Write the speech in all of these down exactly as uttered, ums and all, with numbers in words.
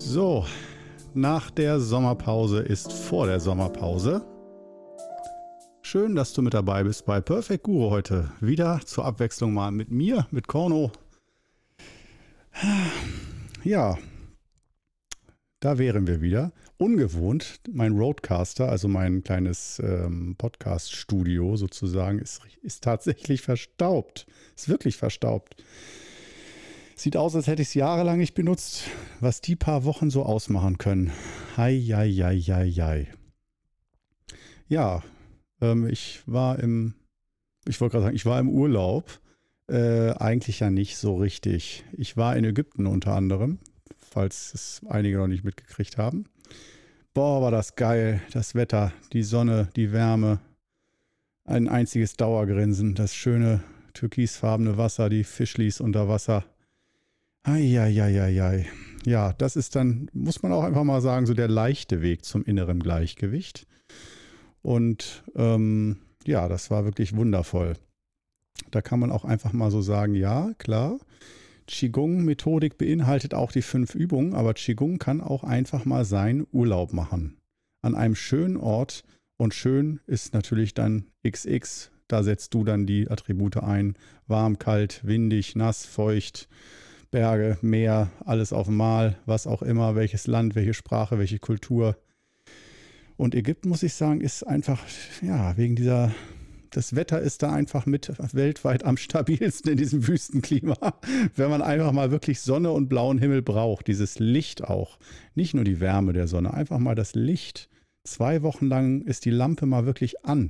So, nach der Sommerpause ist vor der Sommerpause. Schön, dass du mit dabei bist bei Perfect Guru heute. Wieder zur Abwechslung mal mit mir, mit Korno. Ja, da wären wir wieder. Ungewohnt, mein Roadcaster, also mein kleines ähm, Podcast-Studio sozusagen, ist, ist tatsächlich verstaubt. Ist wirklich verstaubt. Sieht aus, als hätte ich es jahrelang nicht benutzt, was die paar Wochen so ausmachen können. Hei, hei, hei, hei, hei. Ja, ähm, ich war im, ich wollte gerade sagen, ich war im Urlaub. Äh, eigentlich ja nicht so richtig. Ich war in Ägypten unter anderem, falls es einige noch nicht mitgekriegt haben. Boah, war das geil. Das Wetter, die Sonne, die Wärme. Ein einziges Dauergrinsen. Das schöne türkisfarbene Wasser, die Fischlis unter Wasser. Eieieiei. Ja, das ist dann, muss man auch einfach mal sagen, so der leichte Weg zum inneren Gleichgewicht. Und ähm, ja, das war wirklich wundervoll. Da kann man auch einfach mal so sagen, ja, klar, Qigong-Methodik beinhaltet auch die fünf Übungen, aber Qigong kann auch einfach mal sein Urlaub machen. An einem schönen Ort, und schön ist natürlich dann X X, da setzt du dann die Attribute ein, warm, kalt, windig, nass, feucht, Berge, Meer, alles auf einmal, was auch immer, welches Land, welche Sprache, welche Kultur. Und Ägypten, muss ich sagen, ist einfach, ja, wegen dieser, das Wetter ist da einfach mit weltweit am stabilsten in diesem Wüstenklima, wenn man einfach mal wirklich Sonne und blauen Himmel braucht, dieses Licht auch, nicht nur die Wärme der Sonne, einfach mal das Licht. Zwei Wochen lang ist die Lampe mal wirklich an.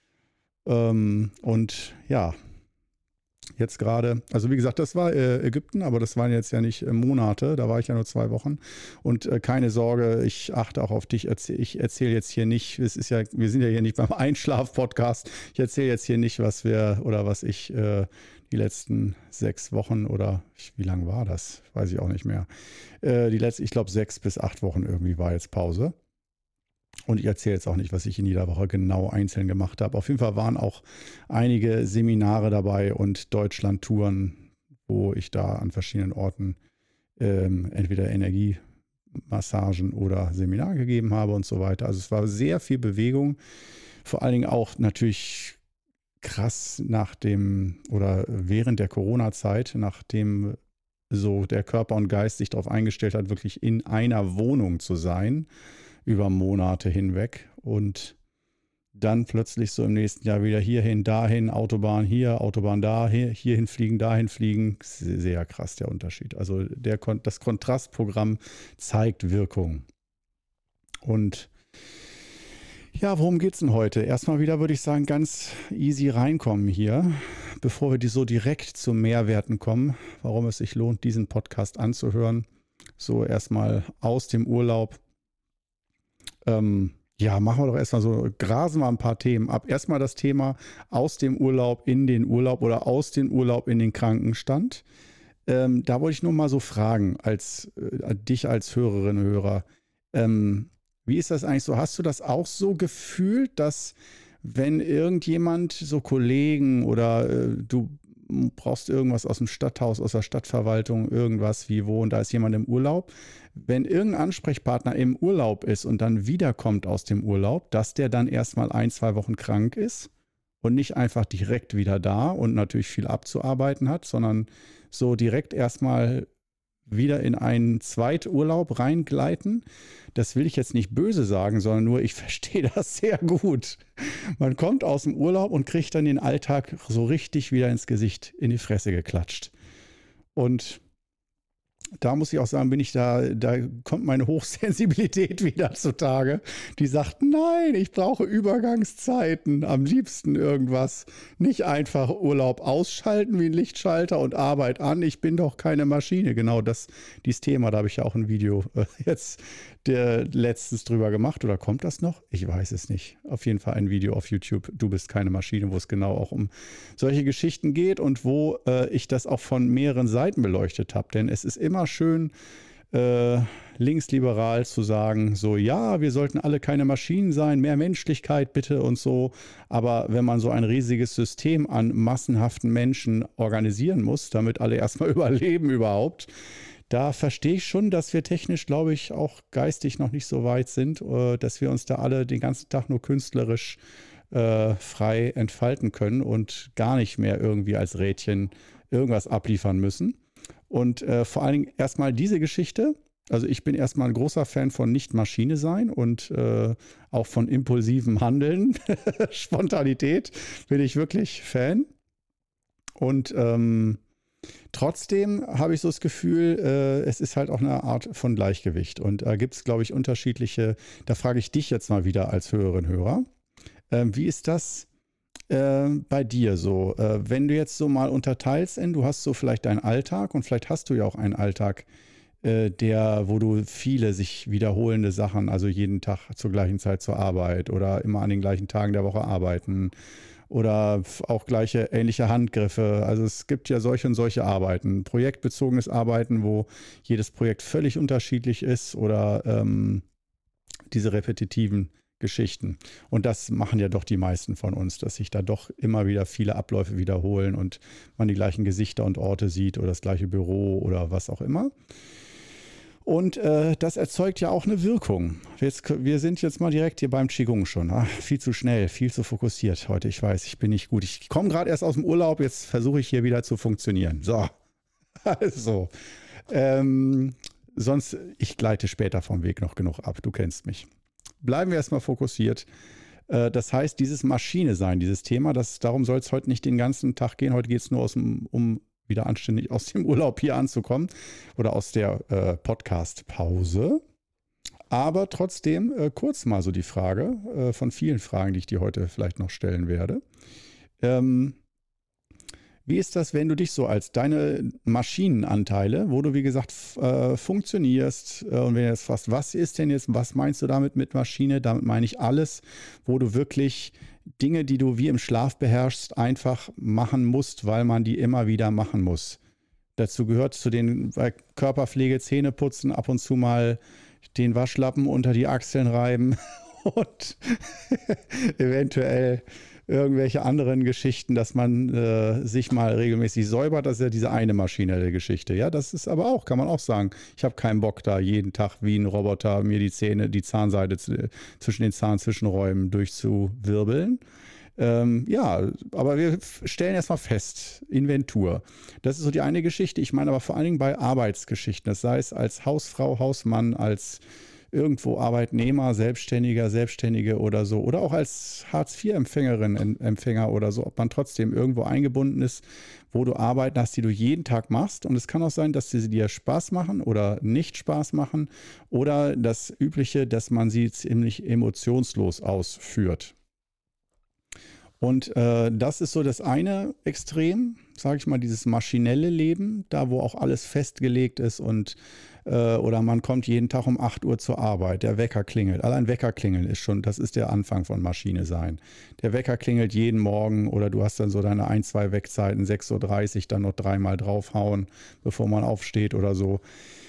Ähm, und ja, jetzt gerade, also wie gesagt, das war äh, Ägypten, aber das waren jetzt ja nicht äh, Monate, da war ich ja nur zwei Wochen. Und äh, keine Sorge, ich achte auch auf dich. Erzähl, ich erzähle jetzt hier nicht, es ist ja, wir sind ja hier nicht beim Einschlaf-Podcast. Ich erzähle jetzt hier nicht, was wir oder was ich äh, die letzten sechs Wochen oder ich, wie lang war das? Weiß ich auch nicht mehr. Äh, die letzten, ich glaube, sechs bis acht Wochen irgendwie war jetzt Pause. Und ich erzähle jetzt auch nicht, was ich in jeder Woche genau einzeln gemacht habe. Auf jeden Fall waren auch einige Seminare dabei und Deutschland-Touren, wo ich da an verschiedenen Orten ähm, entweder Energiemassagen oder Seminare gegeben habe und so weiter. Also es war sehr viel Bewegung. Vor allen Dingen auch natürlich krass nach dem oder während der Corona-Zeit, nachdem so der Körper und Geist sich darauf eingestellt hat, wirklich in einer Wohnung zu sein, über Monate hinweg und dann plötzlich so im nächsten Jahr wieder hierhin, dahin, Autobahn hier, Autobahn da, hier, hierhin fliegen, dahin fliegen. Sehr krass der Unterschied. Also der, das Kontrastprogramm zeigt Wirkung. Und ja, worum geht es denn heute? Erstmal wieder würde ich sagen, ganz easy reinkommen hier, bevor wir die so direkt zu Mehrwerten kommen, warum es sich lohnt, diesen Podcast anzuhören. So erstmal aus dem Urlaub. Ähm, ja, machen wir doch erstmal so, grasen wir ein paar Themen ab. Erstmal das Thema aus dem Urlaub in den Urlaub oder aus dem Urlaub in den Krankenstand. Ähm, da wollte ich nur mal so fragen, als äh, dich als Hörerin, Hörer, ähm, wie ist das eigentlich so? Hast du das auch so gefühlt, dass wenn irgendjemand, so Kollegen oder äh, du brauchst irgendwas aus dem Stadthaus, aus der Stadtverwaltung, irgendwas wie wo und da ist jemand im Urlaub. Wenn irgendein Ansprechpartner im Urlaub ist und dann wiederkommt aus dem Urlaub, dass der dann erstmal ein, zwei Wochen krank ist und nicht einfach direkt wieder da und natürlich viel abzuarbeiten hat, sondern so direkt erstmal wieder in einen Zweiturlaub reingleiten. Das will ich jetzt nicht böse sagen, sondern nur, ich verstehe das sehr gut. Man kommt aus dem Urlaub und kriegt dann den Alltag so richtig wieder ins Gesicht, in die Fresse geklatscht. Und da muss ich auch sagen, bin ich da, da kommt meine Hochsensibilität wieder zutage. Die sagt, nein, ich brauche Übergangszeiten, am liebsten irgendwas. Nicht einfach Urlaub ausschalten wie ein Lichtschalter und Arbeit an. Ich bin doch keine Maschine. Genau das, dieses Thema, da habe ich ja auch ein Video äh, jetzt der, letztens drüber gemacht. Oder kommt das noch? Ich weiß es nicht. Auf jeden Fall ein Video auf YouTube, Du bist keine Maschine, wo es genau auch um solche Geschichten geht und wo äh, ich das auch von mehreren Seiten beleuchtet habe. Denn es ist immer schön, äh, linksliberal zu sagen, so ja, wir sollten alle keine Maschinen sein, mehr Menschlichkeit bitte und so. Aber wenn man so ein riesiges System an massenhaften Menschen organisieren muss, damit alle erstmal überleben überhaupt, da verstehe ich schon, dass wir technisch, glaube ich, auch geistig noch nicht so weit sind, äh, dass wir uns da alle den ganzen Tag nur künstlerisch äh, frei entfalten können und gar nicht mehr irgendwie als Rädchen irgendwas abliefern müssen. Und äh, vor allen Dingen erstmal diese Geschichte. Also ich bin erstmal ein großer Fan von Nicht-Maschine sein und äh, auch von impulsivem Handeln. Spontanität bin ich wirklich Fan. Und ähm, trotzdem habe ich so das Gefühl, äh, es ist halt auch eine Art von Gleichgewicht. Und da gibt es, glaube ich, unterschiedliche, da frage ich dich jetzt mal wieder als Hörerin, Hörer. Ähm, wie ist das äh, bei dir so? Äh, wenn du jetzt so mal unterteilst in, du hast so vielleicht deinen Alltag und vielleicht hast du ja auch einen Alltag, äh, der, wo du viele sich wiederholende Sachen, also jeden Tag zur gleichen Zeit zur Arbeit oder immer an den gleichen Tagen der Woche arbeiten oder auch gleiche ähnliche Handgriffe. Also es gibt ja solche und solche Arbeiten. Projektbezogenes Arbeiten, wo jedes Projekt völlig unterschiedlich ist oder ähm, diese repetitiven Geschichten. Und das machen ja doch die meisten von uns, dass sich da doch immer wieder viele Abläufe wiederholen und man die gleichen Gesichter und Orte sieht oder das gleiche Büro oder was auch immer. Und äh, das erzeugt ja auch eine Wirkung. Jetzt, wir sind jetzt mal direkt hier beim Qigong schon. Ach, viel zu schnell, viel zu fokussiert heute. Ich weiß, ich bin nicht gut. Ich komme gerade erst aus dem Urlaub, jetzt versuche ich hier wieder zu funktionieren. So, also, ähm, sonst, ich gleite später vom Weg noch genug ab. Du kennst mich. Bleiben wir erstmal fokussiert. Äh, das heißt, dieses Maschine sein, dieses Thema, das, darum soll es heute nicht den ganzen Tag gehen. Heute geht es nur aus dem, um wieder anständig aus dem Urlaub hier anzukommen oder aus der äh, Podcast-Pause. Aber trotzdem äh, kurz mal so die Frage äh, von vielen Fragen, die ich dir heute vielleicht noch stellen werde. Ähm, wie ist das, wenn du dich so als deine Maschinenanteile, wo du wie gesagt f- äh, funktionierst äh, und wenn du jetzt fragst, was ist denn jetzt, was meinst du damit mit Maschine? Damit meine ich alles, wo du wirklich Dinge, die du wie im Schlaf beherrschst, einfach machen musst, weil man die immer wieder machen muss. Dazu gehört zu den bei Körperpflege, Zähne putzen, ab und zu mal den Waschlappen unter die Achseln reiben und eventuell irgendwelche anderen Geschichten, dass man äh, sich mal regelmäßig säubert. Das ist ja diese eine maschinelle Geschichte. Ja, das ist aber auch, kann man auch sagen. Ich habe keinen Bock da jeden Tag wie ein Roboter mir die Zähne, die Zahnseide z- zwischen den Zahnzwischenräumen durchzuwirbeln. Ähm, ja, aber wir f- stellen erstmal fest, Inventur. Das ist so die eine Geschichte. Ich meine aber vor allen Dingen bei Arbeitsgeschichten. Das sei es als Hausfrau, Hausmann, als irgendwo Arbeitnehmer, Selbstständiger, Selbstständige oder so. Oder auch als Hartz-vier-Empfängerin, Em- Empfänger oder so. Ob man trotzdem irgendwo eingebunden ist, wo du Arbeiten hast, die du jeden Tag machst. Und es kann auch sein, dass sie dir Spaß machen oder nicht Spaß machen. Oder das Übliche, dass man sie ziemlich emotionslos ausführt. Und äh, das ist so das eine Extrem, sage ich mal, dieses maschinelle Leben, da wo auch alles festgelegt ist und äh, oder man kommt jeden Tag um acht Uhr zur Arbeit, der Wecker klingelt. Allein Wecker klingeln ist schon, das ist der Anfang von Maschine sein. Der Wecker klingelt jeden Morgen oder du hast dann so deine ein, zwei Wegzeiten, sechs Uhr dreißig, dann noch dreimal draufhauen, bevor man aufsteht oder so.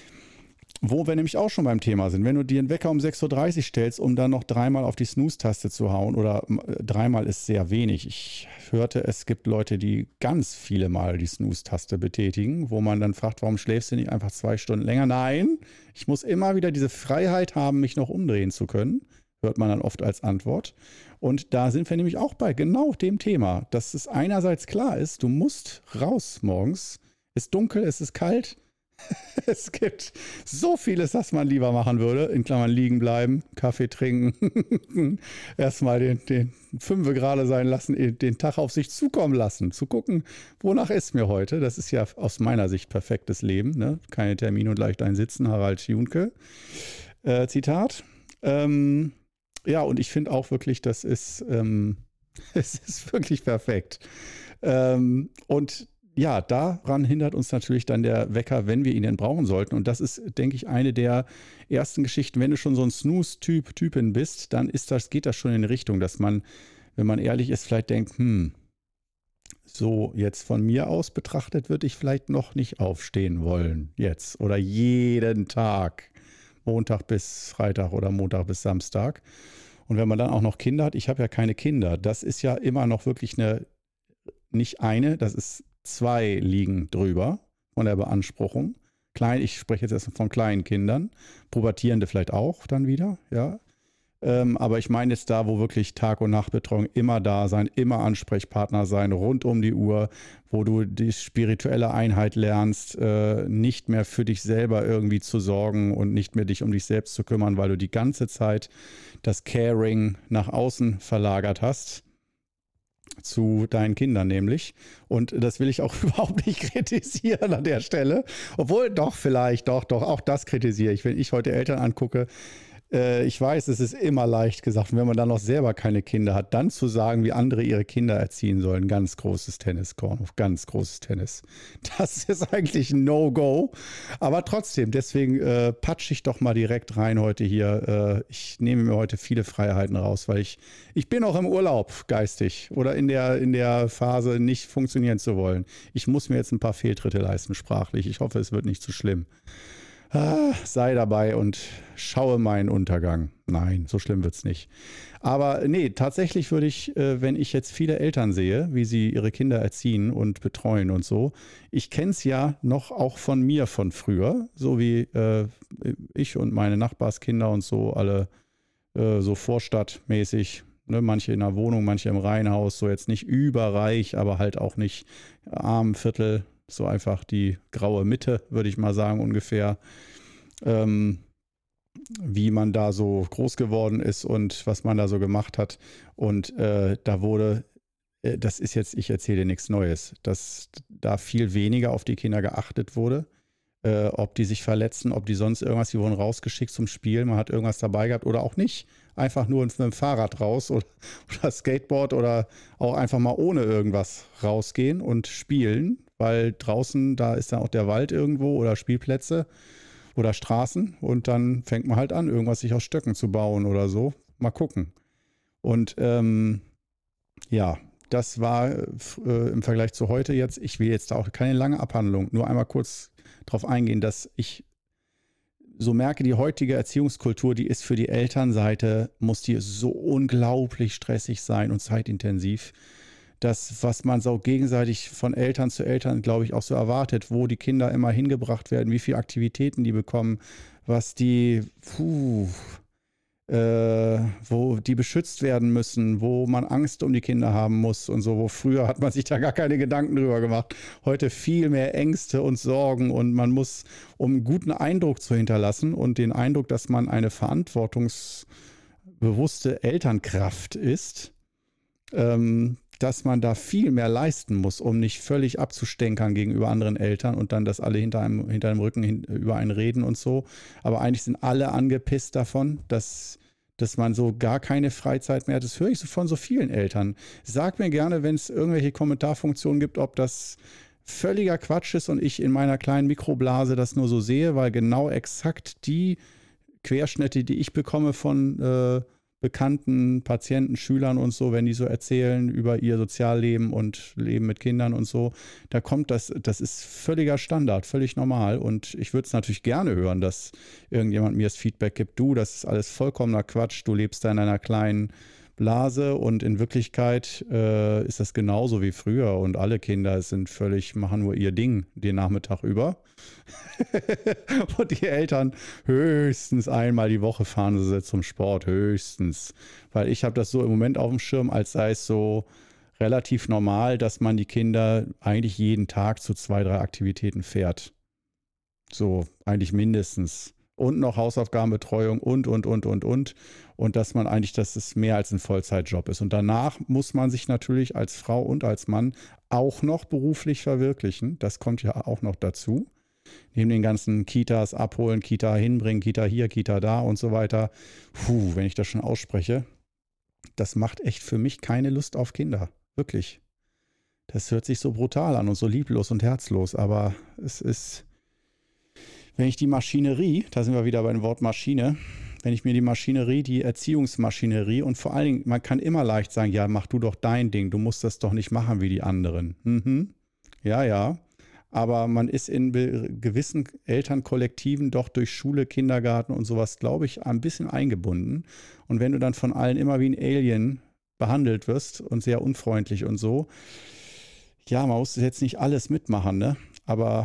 Wo wir nämlich auch schon beim Thema sind, wenn du dir einen Wecker um sechs Uhr dreißig stellst, um dann noch dreimal auf die Snooze-Taste zu hauen, oder äh, dreimal ist sehr wenig. Ich hörte, es gibt Leute, die ganz viele Mal die Snooze-Taste betätigen, wo man dann fragt, warum schläfst du nicht einfach zwei Stunden länger? Nein, ich muss immer wieder diese Freiheit haben, mich noch umdrehen zu können, hört man dann oft als Antwort. Und da sind wir nämlich auch bei genau dem Thema, dass es einerseits klar ist, du musst raus morgens, es ist dunkel, es ist kalt. Es gibt so vieles, was man lieber machen würde. In Klammern liegen bleiben, Kaffee trinken, erstmal den, den Fünfe gerade sein lassen, den Tag auf sich zukommen lassen, zu gucken, wonach ist mir heute. Das ist ja aus meiner Sicht perfektes Leben. Ne? Keine Termine und leicht einsitzen, Harald Junke. Äh, Zitat. Ähm, ja, und ich finde auch wirklich, das ist, ähm, es ist wirklich perfekt. Ähm, und ja, daran hindert uns natürlich dann der Wecker, wenn wir ihn denn brauchen sollten. Und das ist, denke ich, eine der ersten Geschichten. Wenn du schon so ein Snooze-Typ, Typin bist, dann ist das, geht das schon in die Richtung, dass man, wenn man ehrlich ist, vielleicht denkt, hm, so jetzt von mir aus betrachtet, würde ich vielleicht noch nicht aufstehen wollen jetzt oder jeden Tag, Montag bis Freitag oder Montag bis Samstag. Und wenn man dann auch noch Kinder hat, ich habe ja keine Kinder, das ist ja immer noch wirklich eine, nicht eine, das ist zwei liegen drüber von der Beanspruchung. klein, ich spreche jetzt erst von kleinen Kindern, Pubertierende vielleicht auch dann wieder, ja. Ähm, aber ich meine jetzt da, wo wirklich Tag- und Nachtbetreuung immer da sein, immer Ansprechpartner sein, rund um die Uhr, wo du die spirituelle Einheit lernst, äh, nicht mehr für dich selber irgendwie zu sorgen und nicht mehr dich um dich selbst zu kümmern, weil du die ganze Zeit das Caring nach außen verlagert hast. Zu deinen Kindern nämlich. Und das will ich auch überhaupt nicht kritisieren an der Stelle. Obwohl, doch, vielleicht, doch, doch, auch das kritisiere ich. Wenn ich heute Eltern angucke, äh, ich weiß, es ist immer leicht gesagt. Und wenn man dann noch selber keine Kinder hat, dann zu sagen, wie andere ihre Kinder erziehen sollen, ganz großes Tennis, Kornhoff, ganz großes Tennis. Das ist eigentlich ein No-Go. Aber trotzdem, deswegen äh, patsche ich doch mal direkt rein heute hier. Äh, ich nehme mir heute viele Freiheiten raus, weil ich, ich bin auch im Urlaub geistig oder in der, in der Phase nicht funktionieren zu wollen. Ich muss mir jetzt ein paar Fehltritte leisten, sprachlich. Ich hoffe, es wird nicht zu schlimm. Ah, sei dabei und schaue meinen Untergang. Nein, so schlimm wird es nicht. Aber nee, tatsächlich würde ich, äh, wenn ich jetzt viele Eltern sehe, wie sie ihre Kinder erziehen und betreuen und so, ich kenne es ja noch auch von mir von früher, so wie äh, ich und meine Nachbarskinder und so, alle äh, so vorstadtmäßig, ne, manche in der Wohnung, manche im Reihenhaus, so jetzt nicht überreich, aber halt auch nicht Armenviertel. So einfach die graue Mitte, würde ich mal sagen, ungefähr, ähm, wie man da so groß geworden ist und was man da so gemacht hat. Und äh, da wurde, äh, das ist jetzt, ich erzähle dir nichts Neues, dass da viel weniger auf die Kinder geachtet wurde, äh, ob die sich verletzen, ob die sonst irgendwas, die wurden rausgeschickt zum Spiel, man hat irgendwas dabei gehabt oder auch nicht. Einfach nur mit dem Fahrrad raus oder, oder Skateboard oder auch einfach mal ohne irgendwas rausgehen und spielen, weil draußen, da ist dann auch der Wald irgendwo oder Spielplätze oder Straßen und dann fängt man halt an, irgendwas sich aus Stöcken zu bauen oder so. Mal gucken. Und ähm, ja, das war äh, im Vergleich zu heute jetzt, ich will jetzt da auch keine lange Abhandlung, nur einmal kurz darauf eingehen, dass ich so merke, die heutige Erziehungskultur, die ist für die Elternseite, muss die so unglaublich stressig sein und zeitintensiv. Das, was man so gegenseitig von Eltern zu Eltern, glaube ich, auch so erwartet, wo die Kinder immer hingebracht werden, wie viele Aktivitäten die bekommen, was die, puh, äh, wo die beschützt werden müssen, wo man Angst um die Kinder haben muss und so, wo früher hat man sich da gar keine Gedanken drüber gemacht. Heute viel mehr Ängste und Sorgen und man muss, um einen guten Eindruck zu hinterlassen und den Eindruck, dass man eine verantwortungsbewusste Elternkraft ist, ähm, dass man da viel mehr leisten muss, um nicht völlig abzustänkern gegenüber anderen Eltern und dann, dass alle hinter einem, hinter dem Rücken hin, über einen reden und so. Aber eigentlich sind alle angepisst davon, dass, dass man so gar keine Freizeit mehr hat. Das höre ich so von so vielen Eltern. Sag mir gerne, wenn es irgendwelche Kommentarfunktionen gibt, ob das völliger Quatsch ist und ich in meiner kleinen Mikroblase das nur so sehe, weil genau exakt die Querschnitte, die ich bekomme von äh, Bekannten, Patienten, Schülern und so, wenn die so erzählen über ihr Sozialleben und Leben mit Kindern und so, da kommt das, das ist völliger Standard, völlig normal und ich würde es natürlich gerne hören, dass irgendjemand mir das Feedback gibt, du, das ist alles vollkommener Quatsch, du lebst da in einer kleinen Blase und in Wirklichkeit äh, ist das genauso wie früher und alle Kinder sind völlig, machen nur ihr Ding den Nachmittag über. Und die Eltern höchstens einmal die Woche fahren sie zum Sport, höchstens. Weil ich habe das so im Moment auf dem Schirm, als sei es so relativ normal, dass man die Kinder eigentlich jeden Tag zu zwei, drei Aktivitäten fährt. So, eigentlich mindestens. Und noch Hausaufgabenbetreuung und, und, und, und, und. Und dass man eigentlich, dass es mehr als ein Vollzeitjob ist. Und danach muss man sich natürlich als Frau und als Mann auch noch beruflich verwirklichen. Das kommt ja auch noch dazu. Neben den ganzen Kitas abholen, Kita hinbringen, Kita hier, Kita da und so weiter. Puh, wenn ich das schon ausspreche, das macht echt für mich keine Lust auf Kinder. Wirklich. Das hört sich so brutal an und so lieblos und herzlos. Aber es ist... Wenn ich die Maschinerie, da sind wir wieder bei dem Wort Maschine, wenn ich mir die Maschinerie, die Erziehungsmaschinerie und vor allen Dingen, man kann immer leicht sagen, ja, mach du doch dein Ding, du musst das doch nicht machen wie die anderen. Mhm. Ja, ja, aber man ist in gewissen Elternkollektiven doch durch Schule, Kindergarten und sowas, glaube ich, ein bisschen eingebunden. Und wenn du dann von allen immer wie ein Alien behandelt wirst und sehr unfreundlich und so, ja, man muss jetzt nicht alles mitmachen, ne? Aber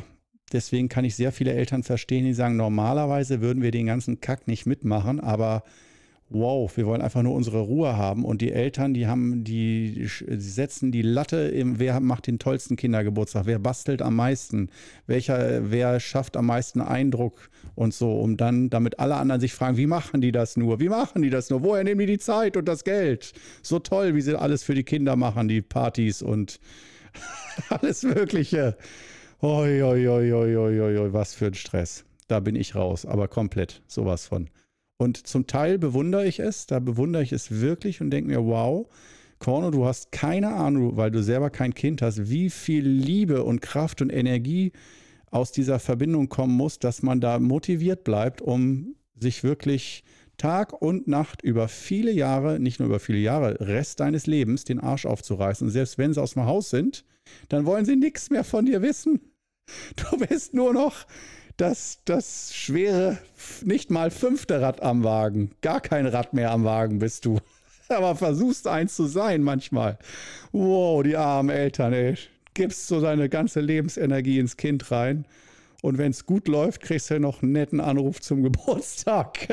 deswegen kann ich sehr viele Eltern verstehen, die sagen, normalerweise würden wir den ganzen Kack nicht mitmachen, aber wow, wir wollen einfach nur unsere Ruhe haben. Und die Eltern, die haben, die, die setzen die Latte im, wer macht den tollsten Kindergeburtstag, wer bastelt am meisten, welcher, wer schafft am meisten Eindruck und so, um dann, damit alle anderen sich fragen, wie machen die das nur? Wie machen die das nur? Woher nehmen die die Zeit und das Geld? So toll, wie sie alles für die Kinder machen, die Partys und alles Mögliche. Oi, oi, oi, oi, oi, oi, oi, was für ein Stress. Da bin ich raus, aber komplett, sowas von. Und zum Teil bewundere ich es, da bewundere ich es wirklich und denke mir, wow, Corno, du hast keine Ahnung, weil du selber kein Kind hast, wie viel Liebe und Kraft und Energie aus dieser Verbindung kommen muss, dass man da motiviert bleibt, um sich wirklich Tag und Nacht über viele Jahre, nicht nur über viele Jahre, Rest deines Lebens den Arsch aufzureißen. Und selbst wenn sie aus dem Haus sind, dann wollen sie nichts mehr von dir wissen. Du bist nur noch das, das schwere, nicht mal fünfte Rad am Wagen. Gar kein Rad mehr am Wagen bist du. Aber versuchst eins zu sein manchmal. Wow, die armen Eltern, ey. Gibst so deine ganze Lebensenergie ins Kind rein. Und wenn es gut läuft, kriegst du noch einen netten Anruf zum Geburtstag.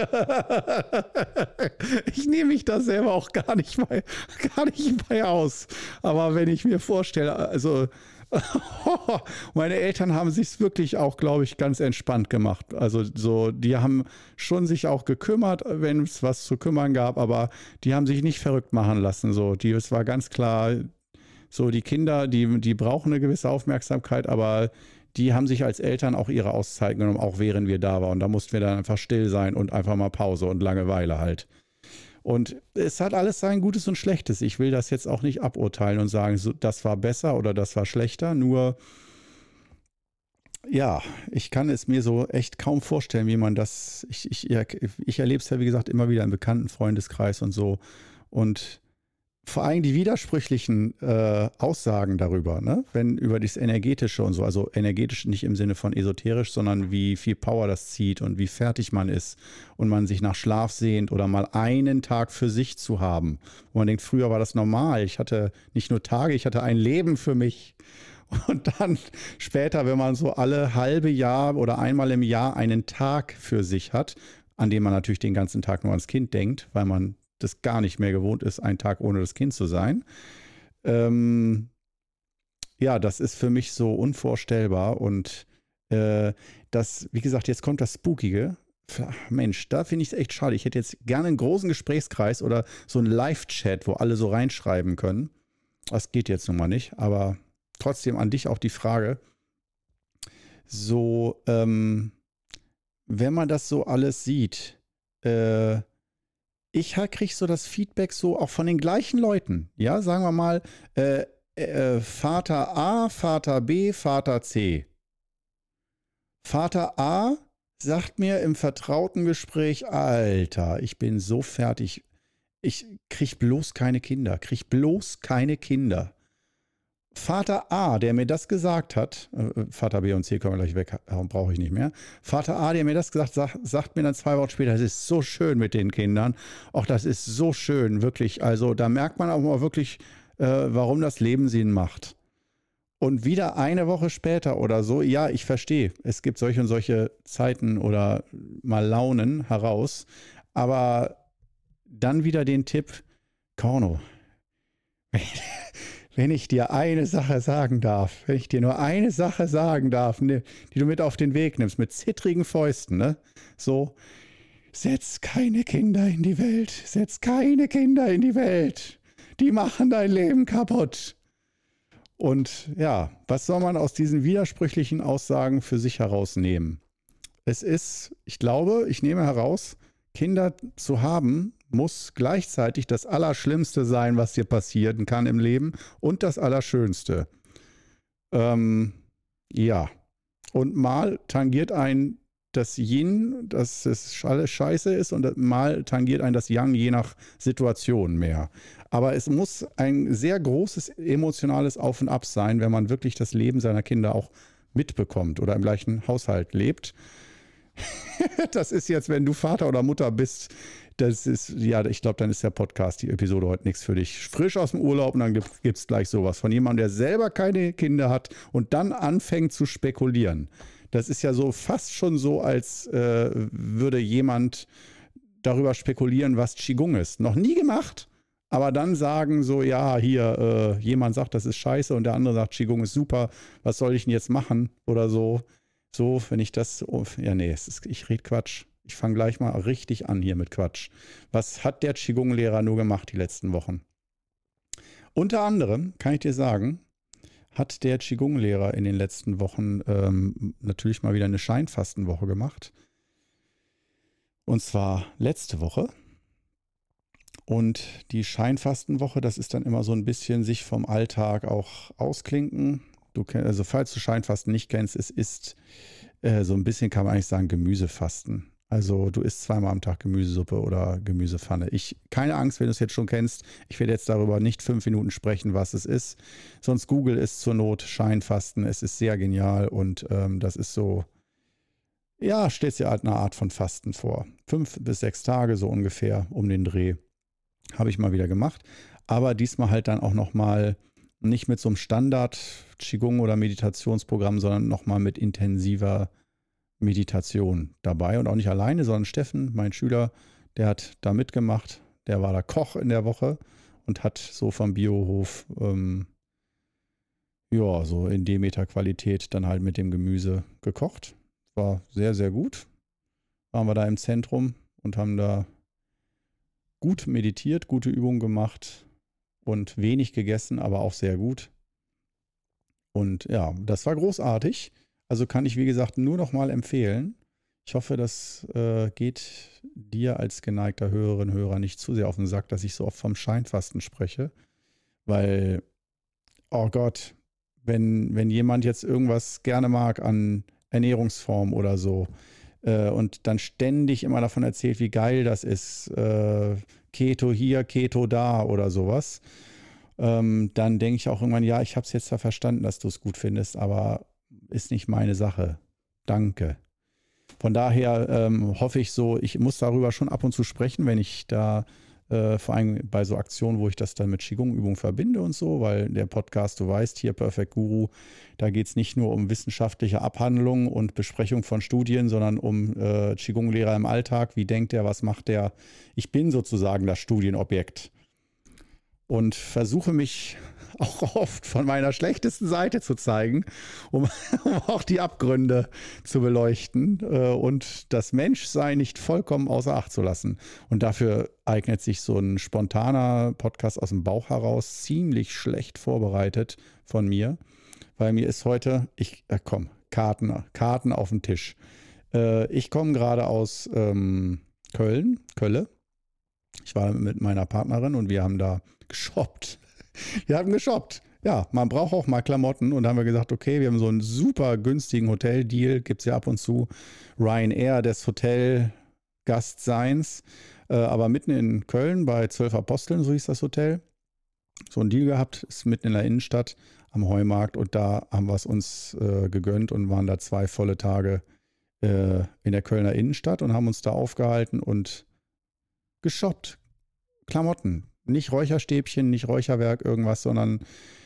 Ich nehme mich da selber auch gar nicht bei, gar nicht bei aus. Aber wenn ich mir vorstelle, also meine Eltern haben sich wirklich auch, glaube ich, ganz entspannt gemacht. Also so, die haben schon sich auch gekümmert, wenn es was zu kümmern gab, aber die haben sich nicht verrückt machen lassen. So, die, es war ganz klar, so die Kinder, die, die brauchen eine gewisse Aufmerksamkeit, aber die haben sich als Eltern auch ihre Auszeiten genommen, auch während wir da waren. Und da mussten wir dann einfach still sein und einfach mal Pause und Langeweile halt. Und es hat alles sein Gutes und Schlechtes. Ich will das jetzt auch nicht aburteilen und sagen, so, das war besser oder das war schlechter. Nur, ja, ich kann es mir so echt kaum vorstellen, wie man das, ich, ich, ich erlebe es ja, wie gesagt, immer wieder im bekannten Freundeskreis und so. Und vor allem die widersprüchlichen äh, Aussagen darüber, ne? Wenn über das Energetische und so, also energetisch nicht im Sinne von esoterisch, sondern wie viel Power das zieht und wie fertig man ist und man sich nach Schlaf sehnt oder mal einen Tag für sich zu haben. Wo man denkt, früher war das normal. Ich hatte nicht nur Tage, ich hatte ein Leben für mich. Und dann später, wenn man so alle halbe Jahr oder einmal im Jahr einen Tag für sich hat, an dem man natürlich den ganzen Tag nur ans Kind denkt, weil man das gar nicht mehr gewohnt ist, einen Tag ohne das Kind zu sein. Ähm, ja, das ist für mich so unvorstellbar und äh, das, wie gesagt, jetzt kommt das Spookige. Mensch, da finde ich es echt schade. Ich hätte jetzt gerne einen großen Gesprächskreis oder so einen Live-Chat, wo alle so reinschreiben können. Das geht jetzt nun mal nicht, aber trotzdem an dich auch die Frage, so, ähm, wenn man das so alles sieht, äh, ich kriege so das Feedback so auch von den gleichen Leuten. Ja, sagen wir mal, äh, äh, Vater A, Vater B, Vater C. Vater A sagt mir im vertrauten Gespräch, Alter, ich bin so fertig. Ich krieg bloß keine Kinder, krieg bloß keine Kinder. Vater A, der mir das gesagt hat, äh, Vater B und C können wir gleich weg, brauche ich nicht mehr. Vater A, der mir das gesagt hat, sagt, sagt mir dann zwei Wochen später, das ist so schön mit den Kindern. Auch das ist so schön, wirklich. Also da merkt man auch mal wirklich, äh, warum das Leben Sinn macht. Und wieder eine Woche später oder so, ja, ich verstehe, es gibt solche und solche Zeiten oder mal Launen heraus, aber dann wieder den Tipp, Corno, wenn ich dir eine Sache sagen darf, wenn ich dir nur eine Sache sagen darf, ne, die du mit auf den Weg nimmst, mit zittrigen Fäusten, ne? So, setz keine Kinder in die Welt, setz keine Kinder in die Welt. Die machen dein Leben kaputt. Und ja, was soll man aus diesen widersprüchlichen Aussagen für sich herausnehmen? Es ist, ich glaube, ich nehme heraus, Kinder zu haben, muss gleichzeitig das Allerschlimmste sein, was dir passieren kann im Leben und das Allerschönste. Ähm, ja. Und mal tangiert ein das Yin, dass es alles scheiße ist und mal tangiert ein das Yang, je nach Situation mehr. Aber es muss ein sehr großes emotionales Auf und Ab sein, wenn man wirklich das Leben seiner Kinder auch mitbekommt oder im gleichen Haushalt lebt. Das ist jetzt, wenn du Vater oder Mutter bist, das ist, ja, ich glaube, dann ist der Podcast, die Episode heute nichts für dich. Frisch aus dem Urlaub und dann gibt es gleich sowas von jemandem, der selber keine Kinder hat und dann anfängt zu spekulieren. Das ist ja so fast schon so, als äh, würde jemand darüber spekulieren, was Qigong ist. Noch nie gemacht, aber dann sagen so, ja, hier, äh, jemand sagt, das ist scheiße und der andere sagt, Qigong ist super, was soll ich denn jetzt machen oder so. So, wenn ich das, oh, ja nee, es ist, ich rede Quatsch. Ich fange gleich mal richtig an hier mit Quatsch. Was hat der Qigong-Lehrer nur gemacht die letzten Wochen? Unter anderem, kann ich dir sagen, hat der Qigong-Lehrer in den letzten Wochen ähm, natürlich mal wieder eine Scheinfastenwoche gemacht. Und zwar letzte Woche. Und die Scheinfastenwoche, das ist dann immer so ein bisschen sich vom Alltag auch ausklinken. Du, also falls du Scheinfasten nicht kennst, es ist äh, so ein bisschen, kann man eigentlich sagen, Gemüsefasten. Also du isst zweimal am Tag Gemüsesuppe oder Gemüsepfanne. Ich, keine Angst, wenn du es jetzt schon kennst. Ich werde jetzt darüber nicht fünf Minuten sprechen, was es ist. Sonst Google es zur Not, Scheinfasten. Es ist sehr genial und ähm, das ist so, ja, stellst dir halt eine Art von Fasten vor. Fünf bis sechs Tage so ungefähr um den Dreh. Habe ich mal wieder gemacht. Aber diesmal halt dann auch nochmal nicht mit so einem Standard-Qigong oder Meditationsprogramm, sondern nochmal mit intensiver Meditation dabei und auch nicht alleine, sondern Steffen, mein Schüler, der hat da mitgemacht. Der war da Koch in der Woche und hat so vom Biohof, ähm, ja, so in Demeter-Qualität dann halt mit dem Gemüse gekocht. War sehr, sehr gut. Waren wir da im Zentrum und haben da gut meditiert, gute Übungen gemacht und wenig gegessen, aber auch sehr gut. Und ja, das war großartig. Also kann ich, wie gesagt, nur noch mal empfehlen. Ich hoffe, das äh, geht dir als geneigter Hörerin, Hörer nicht zu sehr auf den Sack, dass ich so oft vom Scheinfasten spreche. Weil, oh Gott, wenn, wenn jemand jetzt irgendwas gerne mag an Ernährungsform oder so äh, und dann ständig immer davon erzählt, wie geil das ist, äh, Keto hier, Keto da oder sowas, ähm, dann denke ich auch irgendwann, ja, ich habe es jetzt ja verstanden, dass du es gut findest, aber ist nicht meine Sache. Danke. Von daher ähm, hoffe ich so, ich muss darüber schon ab und zu sprechen, wenn ich da, äh, vor allem bei so Aktionen, wo ich das dann mit Qigong-Übungen verbinde und so, weil der Podcast, du weißt, hier Perfect Guru, da geht es nicht nur um wissenschaftliche Abhandlungen und Besprechung von Studien, sondern um äh, Qigong-Lehrer im Alltag. Wie denkt der, was macht der? Ich bin sozusagen das Studienobjekt und versuche mich auch oft von meiner schlechtesten Seite zu zeigen, um, um auch die Abgründe zu beleuchten äh, und das Menschsein nicht vollkommen außer Acht zu lassen. Und dafür eignet sich so ein spontaner Podcast aus dem Bauch heraus ziemlich schlecht vorbereitet von mir, weil mir ist heute, ich äh, komm, Karten, Karten auf den Tisch. Äh, ich komme gerade aus ähm, Köln, Kölle. Ich war mit meiner Partnerin und wir haben da geshoppt. Wir haben geshoppt. Ja, man braucht auch mal Klamotten und da haben wir gesagt, okay, wir haben so einen super günstigen Hoteldeal, gibt es ja ab und zu, Ryanair des Hotelgastseins, äh, aber mitten in Köln bei Zwölf Aposteln, so hieß das Hotel, so einen Deal gehabt, ist mitten in der Innenstadt am Heumarkt und da haben wir es uns äh, gegönnt und waren da zwei volle Tage äh, in der Kölner Innenstadt und haben uns da aufgehalten und geshoppt. Klamotten. Nicht Räucherstäbchen, nicht Räucherwerk, irgendwas, sondern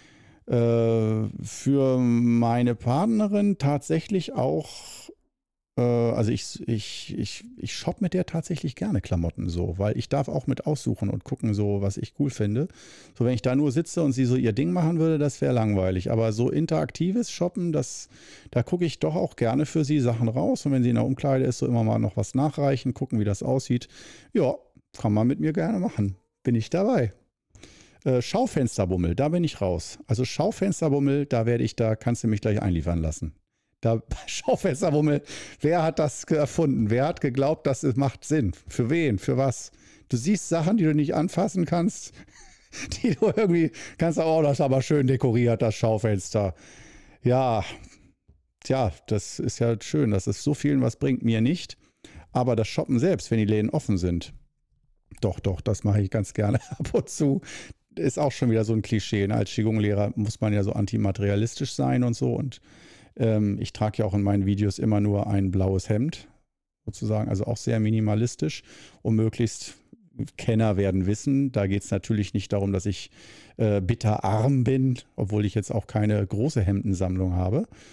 äh, für meine Partnerin tatsächlich auch, äh, also ich, ich, ich, ich shoppe mit der tatsächlich gerne Klamotten so, weil ich darf auch mit aussuchen und gucken, so was ich cool finde. So, wenn ich da nur sitze und sie so ihr Ding machen würde, das wäre langweilig. Aber so interaktives Shoppen, das, da gucke ich doch auch gerne für sie Sachen raus. Und wenn sie in der Umkleide ist, so immer mal noch was nachreichen, gucken, wie das aussieht. Ja, kann man mit mir gerne machen. Bin ich dabei. Äh, Schaufensterbummel, da bin ich raus. Also Schaufensterbummel, da werde ich, da kannst du mich gleich einliefern lassen. Da, Schaufensterbummel, wer hat das erfunden? Wer hat geglaubt, dass es macht Sinn? Für wen? Für was? Du siehst Sachen, die du nicht anfassen kannst, die du irgendwie, kannst auch, oh, das ist aber schön dekoriert, das Schaufenster. Ja, tja, das ist ja schön, dass es so vielen was bringt, mir nicht. Aber das Shoppen selbst, wenn die Läden offen sind, Doch, doch, das mache ich ganz gerne ab und zu. Ist auch schon wieder so ein Klischee. Als Qigong-Lehrer muss man ja so antimaterialistisch sein und so. Und ähm, ich trage ja auch in meinen Videos immer nur ein blaues Hemd, sozusagen, also auch sehr minimalistisch, um möglichst, Kenner werden wissen, da geht es natürlich nicht darum, dass ich äh, bitterarm bin, obwohl ich jetzt auch keine große Hemdensammlung habe.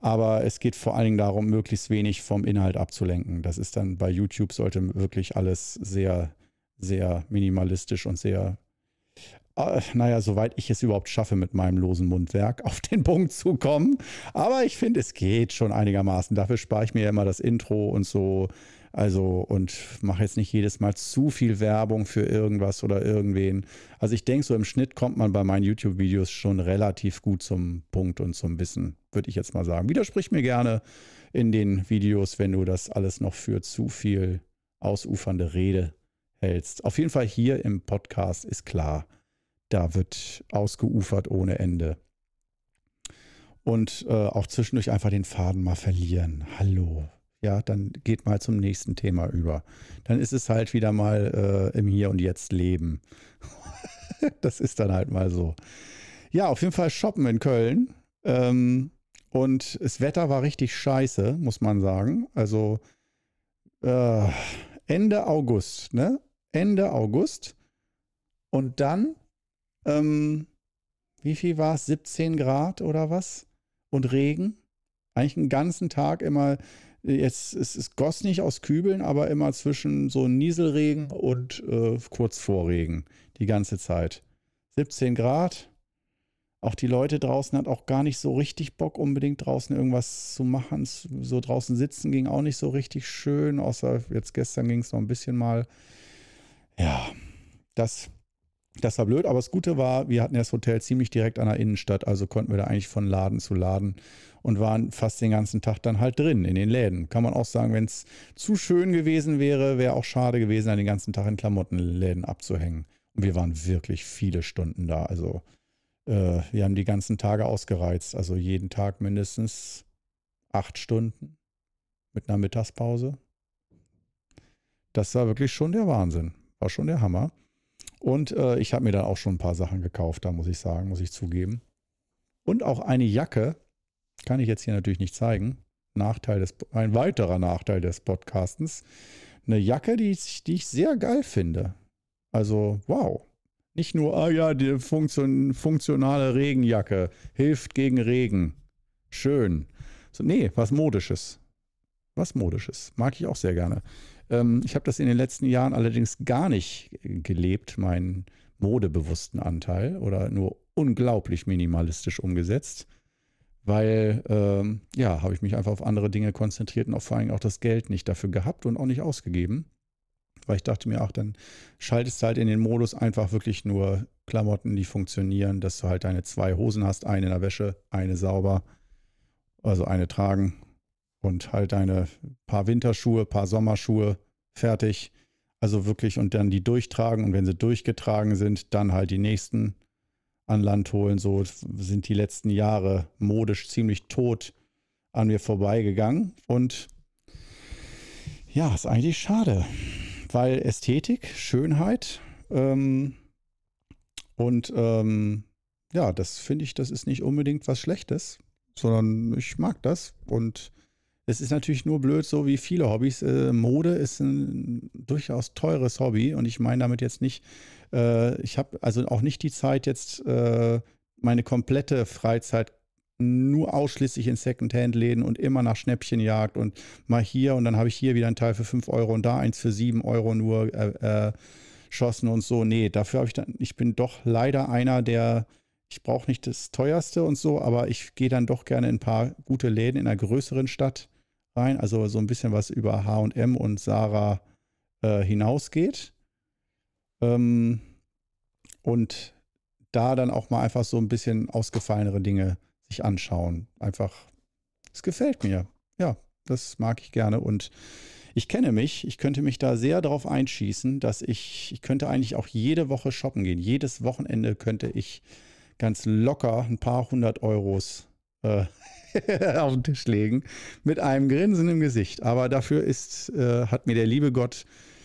Aber es geht vor allen Dingen darum, möglichst wenig vom Inhalt abzulenken. Das ist dann bei YouTube sollte wirklich alles sehr, sehr minimalistisch und sehr, äh, naja, soweit ich es überhaupt schaffe, mit meinem losen Mundwerk auf den Punkt zu kommen. Aber ich finde, es geht schon einigermaßen. Dafür spare ich mir ja immer das Intro und so. Also und mache jetzt nicht jedes Mal zu viel Werbung für irgendwas oder irgendwen. Also ich denke, so im Schnitt kommt man bei meinen YouTube-Videos schon relativ gut zum Punkt und zum Wissen, würde ich jetzt mal sagen. Widersprich mir gerne in den Videos, wenn du das alles noch für zu viel ausufernde Rede hältst. Auf jeden Fall hier im Podcast ist klar, da wird ausgeufert ohne Ende. Und äh, auch zwischendurch einfach den Faden mal verlieren. Hallo. Ja, dann geht mal zum nächsten Thema über. Dann ist es halt wieder mal äh, im Hier und Jetzt leben. Das ist dann halt mal so. Ja, auf jeden Fall shoppen in Köln. Ähm, und das Wetter war richtig scheiße, muss man sagen. Also äh, Ende August, ne? Ende August. Und dann, ähm, wie viel war es? siebzehn Grad oder was? Und Regen. Eigentlich den ganzen Tag immer. Jetzt, es, es goss nicht aus Kübeln, aber immer zwischen so Nieselregen und äh, kurz vor Regen. Die ganze Zeit. siebzehn Grad. Auch die Leute draußen hat auch gar nicht so richtig Bock, unbedingt draußen irgendwas zu machen. So draußen sitzen ging auch nicht so richtig schön, außer jetzt gestern ging es noch ein bisschen mal. Ja, das, das war blöd, aber das Gute war, wir hatten ja das Hotel ziemlich direkt an der Innenstadt, also konnten wir da eigentlich von Laden zu Laden und waren fast den ganzen Tag dann halt drin in den Läden. Kann man auch sagen, wenn es zu schön gewesen wäre, wäre auch schade gewesen, den ganzen Tag in Klamottenläden abzuhängen. Und wir waren wirklich viele Stunden da. Also äh, wir haben die ganzen Tage ausgereizt. Also jeden Tag mindestens acht Stunden mit einer Mittagspause. Das war wirklich schon der Wahnsinn. War schon der Hammer. Und äh, ich habe mir dann auch schon ein paar Sachen gekauft, da muss ich sagen, muss ich zugeben. Und auch eine Jacke. Kann ich jetzt hier natürlich nicht zeigen. Nachteil des, ein weiterer Nachteil des Podcastens. Eine Jacke, die ich, die ich sehr geil finde. Also, wow. Nicht nur, ah ja, die Funktion, funktionale Regenjacke. Hilft gegen Regen. Schön. So, nee, was Modisches. Was Modisches. Mag ich auch sehr gerne. Ähm, ich habe das in den letzten Jahren allerdings gar nicht gelebt, meinen modebewussten Anteil. Oder nur unglaublich minimalistisch umgesetzt. Weil, ähm, ja, habe ich mich einfach auf andere Dinge konzentriert und auch vor allem auch das Geld nicht dafür gehabt und auch nicht ausgegeben. Weil ich dachte mir, ach, dann schaltest du halt in den Modus einfach wirklich nur Klamotten, die funktionieren, dass du halt deine zwei Hosen hast, eine in der Wäsche, eine sauber, also eine tragen und halt deine paar Winterschuhe, paar Sommerschuhe fertig. Also wirklich und dann die durchtragen und wenn sie durchgetragen sind, dann halt die nächsten an Land holen. So sind die letzten Jahre modisch ziemlich tot an mir vorbeigegangen. Und ja, ist eigentlich schade, weil Ästhetik, Schönheit ähm, und ähm, ja, das finde ich, das ist nicht unbedingt was Schlechtes, sondern ich mag das. Und es ist natürlich nur blöd, so wie viele Hobbys. Äh, Mode ist ein durchaus teures Hobby und ich meine damit jetzt nicht, äh, ich habe also auch nicht die Zeit jetzt, äh, meine komplette Freizeit nur ausschließlich in Secondhand-Läden und immer nach Schnäppchenjagd und mal hier und dann habe ich hier wieder ein Teil für fünf Euro und da eins für sieben Euro nur äh, äh, schossen und so. Nee, dafür habe ich dann, ich bin doch leider einer, der, ich brauche nicht das teuerste und so, aber ich gehe dann doch gerne in ein paar gute Läden in einer größeren Stadt rein, also so ein bisschen was über H und M und Zara äh, hinausgeht. Ähm, und da dann auch mal einfach so ein bisschen ausgefallenere Dinge sich anschauen. Einfach, es gefällt mir. Ja, das mag ich gerne und ich kenne mich, ich könnte mich da sehr darauf einschießen, dass ich, ich könnte eigentlich auch jede Woche shoppen gehen. Jedes Wochenende könnte ich ganz locker ein paar hundert Euros äh, auf den Tisch legen mit einem Grinsen im Gesicht. Aber dafür ist, äh, hat mir der liebe Gott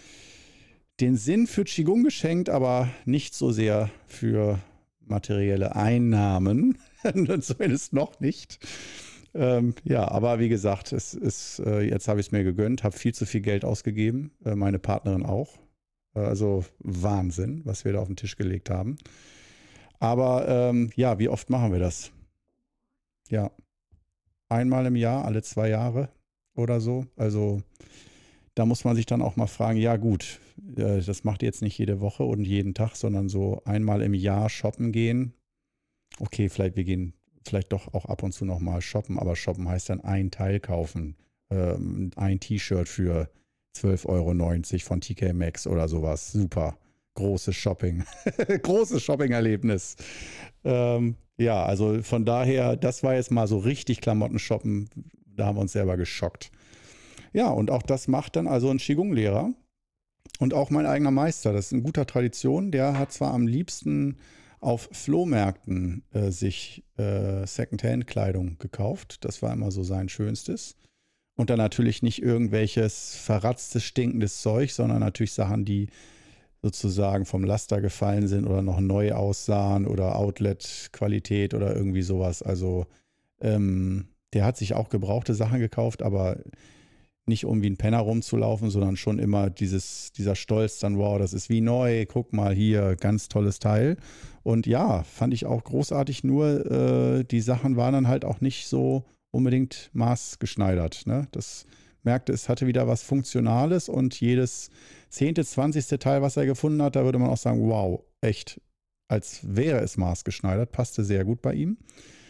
den Sinn für Qigong geschenkt, aber nicht so sehr für materielle Einnahmen. Zumindest noch nicht. Ähm, ja, aber wie gesagt, es ist, äh, jetzt habe ich es mir gegönnt, habe viel zu viel Geld ausgegeben, äh, meine Partnerin auch. Äh, also Wahnsinn, was wir da auf den Tisch gelegt haben. Aber ähm, ja, wie oft machen wir das? Ja, einmal im Jahr, alle zwei Jahre oder so. Also da muss man sich dann auch mal fragen, ja gut, äh, das macht ihr jetzt nicht jede Woche und jeden Tag, sondern so einmal im Jahr shoppen gehen. Okay, vielleicht wir gehen vielleicht doch auch ab und zu nochmal shoppen, aber shoppen heißt dann ein Teil kaufen. Ähm, ein T-Shirt für zwölf Euro neunzig von T K Maxx oder sowas. Super. Großes Shopping. Großes Shopping-Erlebnis. Ähm, ja, also von daher, das war jetzt mal so richtig Klamotten shoppen. Da haben wir uns selber geschockt. Ja, und auch das macht dann also ein Qigong-Lehrer und auch mein eigener Meister. Das ist eine gute Tradition. Der hat zwar am liebsten auf Flohmärkten äh, sich äh, Secondhand-Kleidung gekauft. Das war immer so sein Schönstes. Und dann natürlich nicht irgendwelches verratztes, stinkendes Zeug, sondern natürlich Sachen, die sozusagen vom Laster gefallen sind oder noch neu aussahen oder Outlet-Qualität oder irgendwie sowas. Also ähm, der hat sich auch gebrauchte Sachen gekauft, aber nicht um wie ein Penner rumzulaufen, sondern schon immer dieses, dieser Stolz dann, wow, das ist wie neu, guck mal hier, ganz tolles Teil. Und ja, fand ich auch großartig, nur äh, die Sachen waren dann halt auch nicht so unbedingt maßgeschneidert. Ne? Das merkte, es hatte wieder was Funktionales und jedes zehnte, zwanzigste Teil, was er gefunden hat, da würde man auch sagen, wow, echt, als wäre es maßgeschneidert, passte sehr gut bei ihm.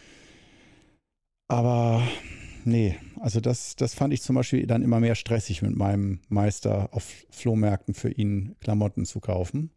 Aber nee, also das, das fand ich zum Beispiel dann immer mehr stressig, mit meinem Meister auf Flohmärkten für ihn Klamotten zu kaufen.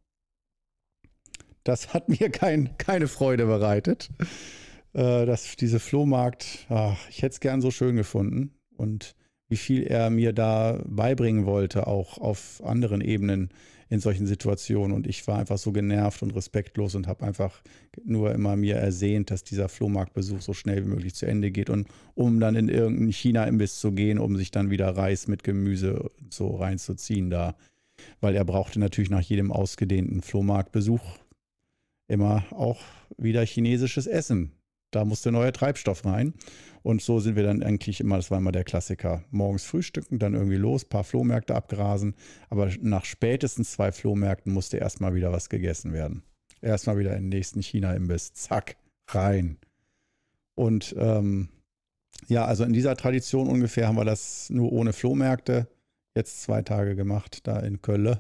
Das hat mir kein, keine Freude bereitet. Äh, das, diese Flohmarkt, ach, ich hätte es gern so schön gefunden. Und wie viel er mir da beibringen wollte, auch auf anderen Ebenen in solchen Situationen. Und ich war einfach so genervt und respektlos und habe einfach nur immer mir ersehnt, dass dieser Flohmarktbesuch so schnell wie möglich zu Ende geht und um dann in irgendeinen China-Imbiss zu gehen, um sich dann wieder Reis mit Gemüse so reinzuziehen da. Weil er brauchte natürlich nach jedem ausgedehnten Flohmarktbesuch immer auch wieder chinesisches Essen. Da musste neuer Treibstoff rein. Und so sind wir dann eigentlich immer, das war immer der Klassiker, morgens frühstücken, dann irgendwie los, paar Flohmärkte abgrasen. Aber nach spätestens zwei Flohmärkten musste erstmal wieder was gegessen werden. Erstmal wieder in den nächsten China-Imbiss. Zack, rein. Und ähm, ja, also in dieser Tradition ungefähr haben wir das nur ohne Flohmärkte jetzt zwei Tage gemacht, da in Köln.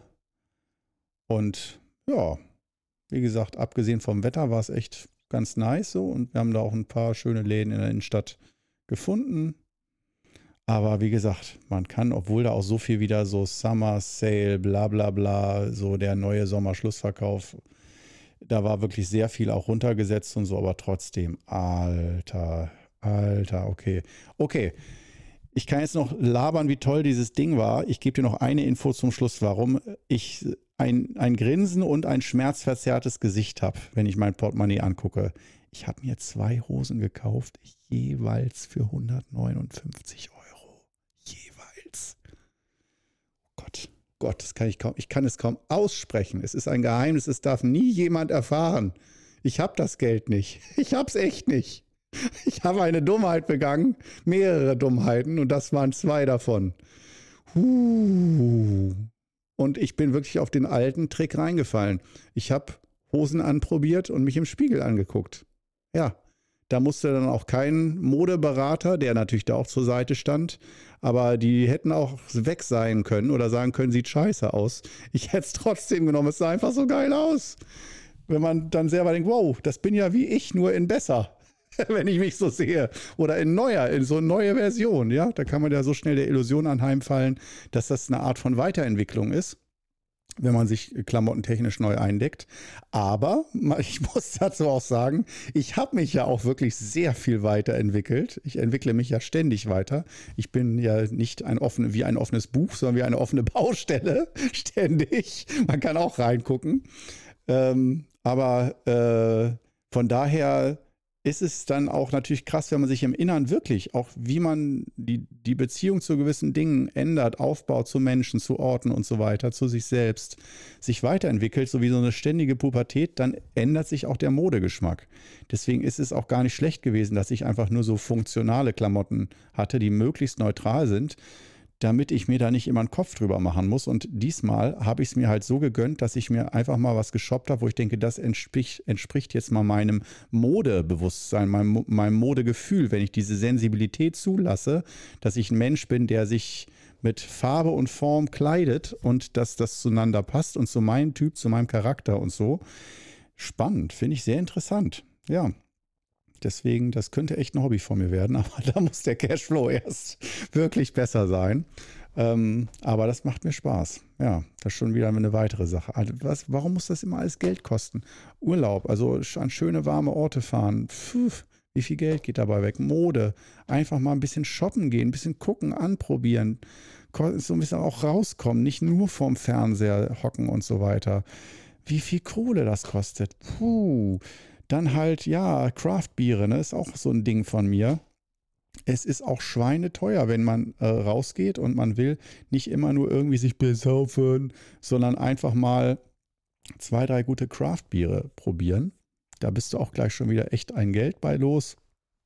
Und ja, wie gesagt, abgesehen vom Wetter war es echt ganz nice so und wir haben da auch ein paar schöne Läden in der Innenstadt gefunden. Aber wie gesagt, man kann, obwohl da auch so viel wieder so Summer Sale, bla bla bla, so der neue Sommerschlussverkauf, da war wirklich sehr viel auch runtergesetzt und so, aber trotzdem, alter, alter, okay. Okay, ich kann jetzt noch labern, wie toll dieses Ding war. Ich gebe dir noch eine Info zum Schluss, warum ich ein, ein Grinsen und ein schmerzverzerrtes Gesicht habe, wenn ich mein Portemonnaie angucke. Ich habe mir zwei Hosen gekauft, jeweils für hundertneunundfünfzig Euro. Jeweils. Gott, Gott, das kann ich kaum, ich kann es kaum aussprechen. Es ist ein Geheimnis, es darf nie jemand erfahren. Ich habe das Geld nicht. Ich habe es echt nicht. Ich habe eine Dummheit begangen, mehrere Dummheiten und das waren zwei davon. Huh. Und ich bin wirklich auf den alten Trick reingefallen. Ich habe Hosen anprobiert und mich im Spiegel angeguckt. Ja, da musste dann auch kein Modeberater, der natürlich da auch zur Seite stand, aber die hätten auch weg sein können oder sagen können, sieht scheiße aus. Ich hätte es trotzdem genommen, es sah einfach so geil aus. Wenn man dann selber denkt, wow, das bin ja wie ich, nur in besser. Wenn ich mich so sehe. Oder in neuer, in so eine neue Version, ja. Da kann man ja so schnell der Illusion anheimfallen, dass das eine Art von Weiterentwicklung ist, wenn man sich klamottentechnisch neu eindeckt. Aber ich muss dazu auch sagen, ich habe mich ja auch wirklich sehr viel weiterentwickelt. Ich entwickle mich ja ständig weiter. Ich bin ja nicht ein offen, wie ein offenes Buch, sondern wie eine offene Baustelle. Ständig. Man kann auch reingucken. Ähm, aber äh, von daher ist es dann auch natürlich krass, wenn man sich im Inneren wirklich, auch wie man die, die Beziehung zu gewissen Dingen ändert, aufbaut zu Menschen, zu Orten und so weiter, zu sich selbst, sich weiterentwickelt, so wie so eine ständige Pubertät, dann ändert sich auch der Modegeschmack. Deswegen ist es auch gar nicht schlecht gewesen, dass ich einfach nur so funktionale Klamotten hatte, die möglichst neutral sind. damit ich mir da nicht immer einen Kopf drüber machen muss. Und diesmal habe ich es mir halt so gegönnt, dass ich mir einfach mal was geshoppt habe, wo ich denke, das entspricht, entspricht jetzt mal meinem Modebewusstsein, meinem, meinem Modegefühl, wenn ich diese Sensibilität zulasse, dass ich ein Mensch bin, der sich mit Farbe und Form kleidet und dass das zueinander passt und zu meinem Typ, zu meinem Charakter und so. Spannend, finde ich sehr interessant. Ja. Deswegen, das könnte echt ein Hobby von mir werden, aber da muss der Cashflow erst wirklich besser sein. Ähm, aber das macht mir Spaß. Ja, das ist schon wieder eine weitere Sache. Also was, warum muss das immer alles Geld kosten? Urlaub, also an schöne warme Orte fahren. Puh, wie viel Geld geht dabei weg? Mode, einfach mal ein bisschen shoppen gehen, ein bisschen gucken, anprobieren. So ein bisschen auch rauskommen, nicht nur vorm Fernseher hocken und so weiter. Wie viel Kohle das kostet. Puh. Dann halt, ja, Craft-Biere, ne, ist auch so ein Ding von mir. Es ist auch schweineteuer, wenn man äh, rausgeht und man will nicht immer nur irgendwie sich besaufen, sondern einfach mal zwei, drei gute Craft-Biere probieren. Da bist du auch gleich schon wieder echt ein Geld bei los.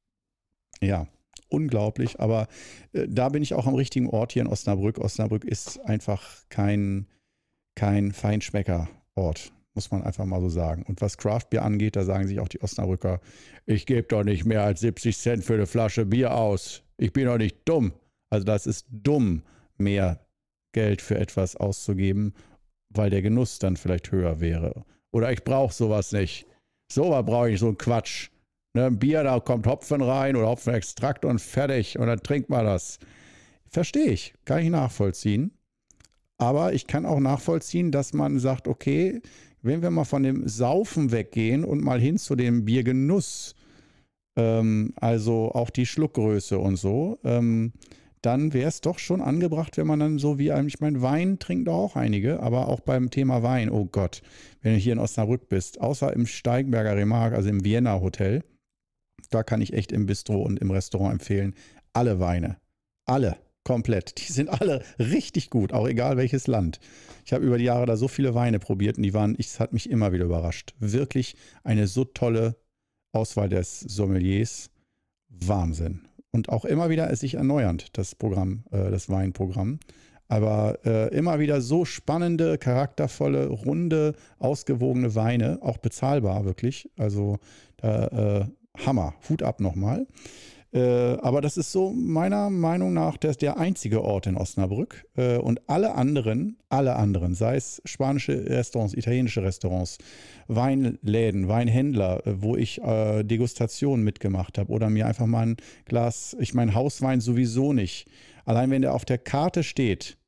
Ja, unglaublich, aber äh, da bin ich auch am richtigen Ort hier in Osnabrück. Osnabrück ist einfach kein, kein Feinschmecker-Ort. Muss man einfach mal so sagen. Und was Craftbier angeht, da sagen sich auch die Osnabrücker, ich gebe doch nicht mehr als siebzig Cent für eine Flasche Bier aus. Ich bin doch nicht dumm. Also das ist dumm, mehr Geld für etwas auszugeben, weil der Genuss dann vielleicht höher wäre. Oder ich brauche sowas nicht. Sowas brauche ich, so einen Quatsch. Ne, ein Bier, da kommt Hopfen rein oder Hopfenextrakt und fertig. Und dann trinkt man das. Verstehe ich, kann ich nachvollziehen. Aber ich kann auch nachvollziehen, dass man sagt, okay, wenn wir mal von dem Saufen weggehen und mal hin zu dem Biergenuss, ähm, also auch die Schluckgröße und so, ähm, dann wäre es doch schon angebracht, wenn man dann so wie, ich meine, Wein trinken doch auch einige, aber auch beim Thema Wein, oh Gott, wenn du hier in Osnabrück bist, außer im Steigenberger Remarque, also im Vienna Hotel, da kann ich echt im Bistro und im Restaurant empfehlen, alle Weine, alle. Komplett. Die sind alle richtig gut, auch egal welches Land. Ich habe über die Jahre da so viele Weine probiert und die waren, es hat mich immer wieder überrascht. Wirklich eine so tolle Auswahl des Sommeliers. Wahnsinn. Und auch immer wieder es sich erneuernd, das Programm, äh, das Weinprogramm. Aber äh, immer wieder so spannende, charaktervolle, runde, ausgewogene Weine, auch bezahlbar wirklich. Also äh, Hammer. Hut ab nochmal. Äh, aber das ist so meiner Meinung nach der, der einzige Ort in Osnabrück. Äh, und alle anderen, alle anderen, sei es spanische Restaurants, italienische Restaurants, Weinläden, Weinhändler, äh, wo ich äh, Degustationen mitgemacht habe oder mir einfach mal ein Glas, ich meine Hauswein sowieso nicht. Allein wenn der auf der Karte steht,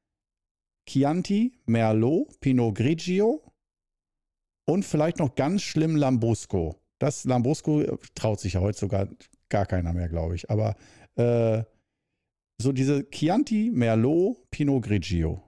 Chianti, Merlot, Pinot Grigio und vielleicht noch ganz schlimm Lambrusco. Das Lambrusco traut sich ja heute sogar gar keiner mehr, glaube ich. Aber äh, so diese Chianti, Merlot, Pinot Grigio.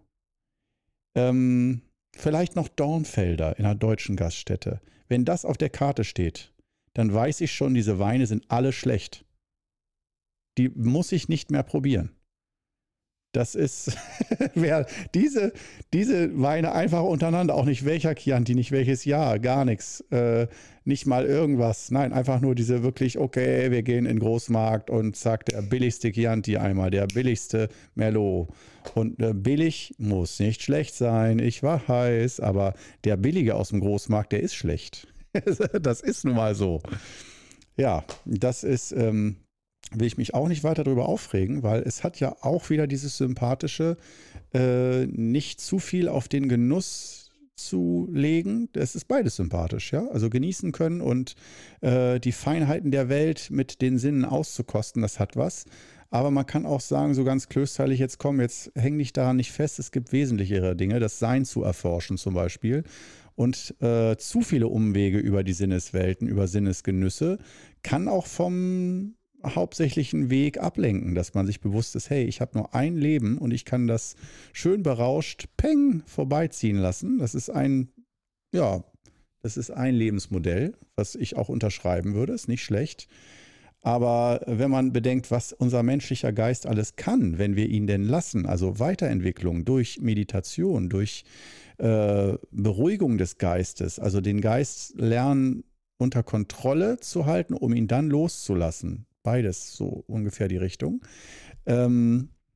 Ähm, vielleicht noch Dornfelder in einer deutschen Gaststätte. Wenn das auf der Karte steht, dann weiß ich schon, diese Weine sind alle schlecht. Die muss ich nicht mehr probieren. Das ist, wer diese, diese Weine einfach untereinander, auch nicht welcher Chianti, nicht welches Jahr, gar nichts, äh, nicht mal irgendwas. Nein, einfach nur diese wirklich, okay, wir gehen in den Großmarkt und zack, der billigste Chianti einmal, der billigste Merlot. Und äh, billig muss nicht schlecht sein, ich weiß, aber der billige aus dem Großmarkt, der ist schlecht. Das ist nun mal so. Ja, das ist... Ähm, will ich mich auch nicht weiter darüber aufregen, weil es hat ja auch wieder dieses sympathische, äh, nicht zu viel auf den Genuss zu legen. Es ist beides sympathisch, ja. Also genießen können und äh, die Feinheiten der Welt mit den Sinnen auszukosten, das hat was. Aber man kann auch sagen, so ganz klösterlich, jetzt komm, jetzt häng dich daran nicht fest, es gibt wesentlichere Dinge, das Sein zu erforschen zum Beispiel. Und äh, zu viele Umwege über die Sinneswelten, über Sinnesgenüsse, kann auch vom hauptsächlichen Weg ablenken, dass man sich bewusst ist, hey, ich habe nur ein Leben und ich kann das schön berauscht, peng, vorbeiziehen lassen. Das ist ein, ja, das ist ein Lebensmodell, was ich auch unterschreiben würde, ist nicht schlecht. Aber wenn man bedenkt, was unser menschlicher Geist alles kann, wenn wir ihn denn lassen, also Weiterentwicklung durch Meditation, durch äh, Beruhigung des Geistes, also den Geist lernen unter Kontrolle zu halten, um ihn dann loszulassen. Beides so ungefähr die Richtung. Ähm,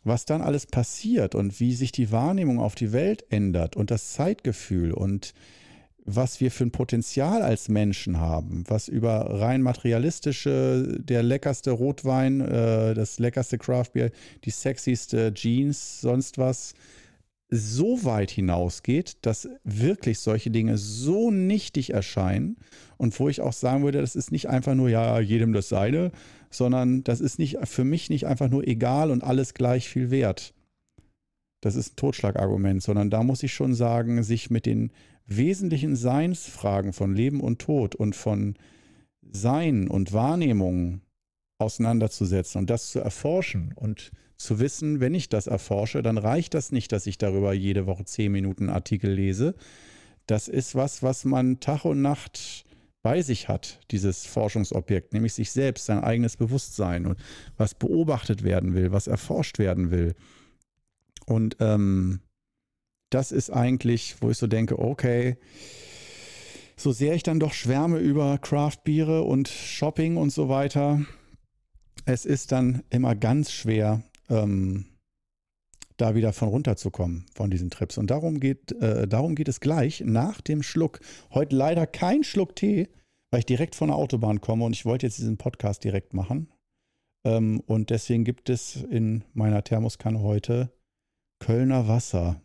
was dann alles passiert und wie sich die Wahrnehmung auf die Welt ändert und das Zeitgefühl und was wir für ein Potenzial als Menschen haben, was über rein materialistische, der leckerste Rotwein, äh, das leckerste Craftbeer, die sexyste Jeans, sonst was, so weit hinausgeht, dass wirklich solche Dinge so nichtig erscheinen und wo ich auch sagen würde, das ist nicht einfach nur, ja, jedem das seine, sondern das ist nicht für mich nicht einfach nur egal und alles gleich viel wert. Das ist ein Totschlagargument, sondern da muss ich schon sagen, sich mit den wesentlichen Seinsfragen von Leben und Tod und von Sein und Wahrnehmung auseinanderzusetzen und das zu erforschen und zu wissen, wenn ich das erforsche, dann reicht das nicht, dass ich darüber jede Woche zehn Minuten Artikel lese. Das ist was, was man Tag und Nacht bei sich hat, dieses Forschungsobjekt, nämlich sich selbst, sein eigenes Bewusstsein und was beobachtet werden will, was erforscht werden will. Und ähm, das ist eigentlich, wo ich so denke, okay, so sehr ich dann doch schwärme über Craft-Biere und Shopping und so weiter, es ist dann immer ganz schwer, ähm, da wieder von runterzukommen von diesen Trips. Und darum geht, äh, darum geht es gleich nach dem Schluck. Heute leider kein Schluck Tee, weil ich direkt von der Autobahn komme und ich wollte jetzt diesen Podcast direkt machen. Ähm, und deswegen gibt es in meiner Thermoskanne heute Kölner Wasser.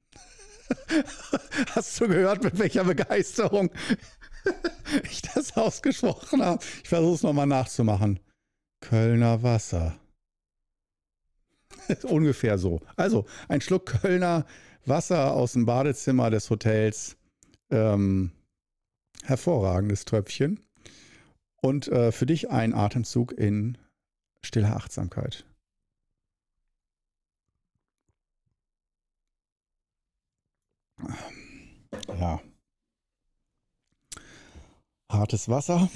Hast du gehört, mit welcher Begeisterung ich das ausgesprochen habe? Ich versuche es nochmal nachzumachen. Kölner Wasser. Ungefähr so. Also ein Schluck Kölner Wasser aus dem Badezimmer des Hotels. Ähm, hervorragendes Tröpfchen. Und äh, für dich ein Atemzug in stiller Achtsamkeit. Ja. Hartes Wasser.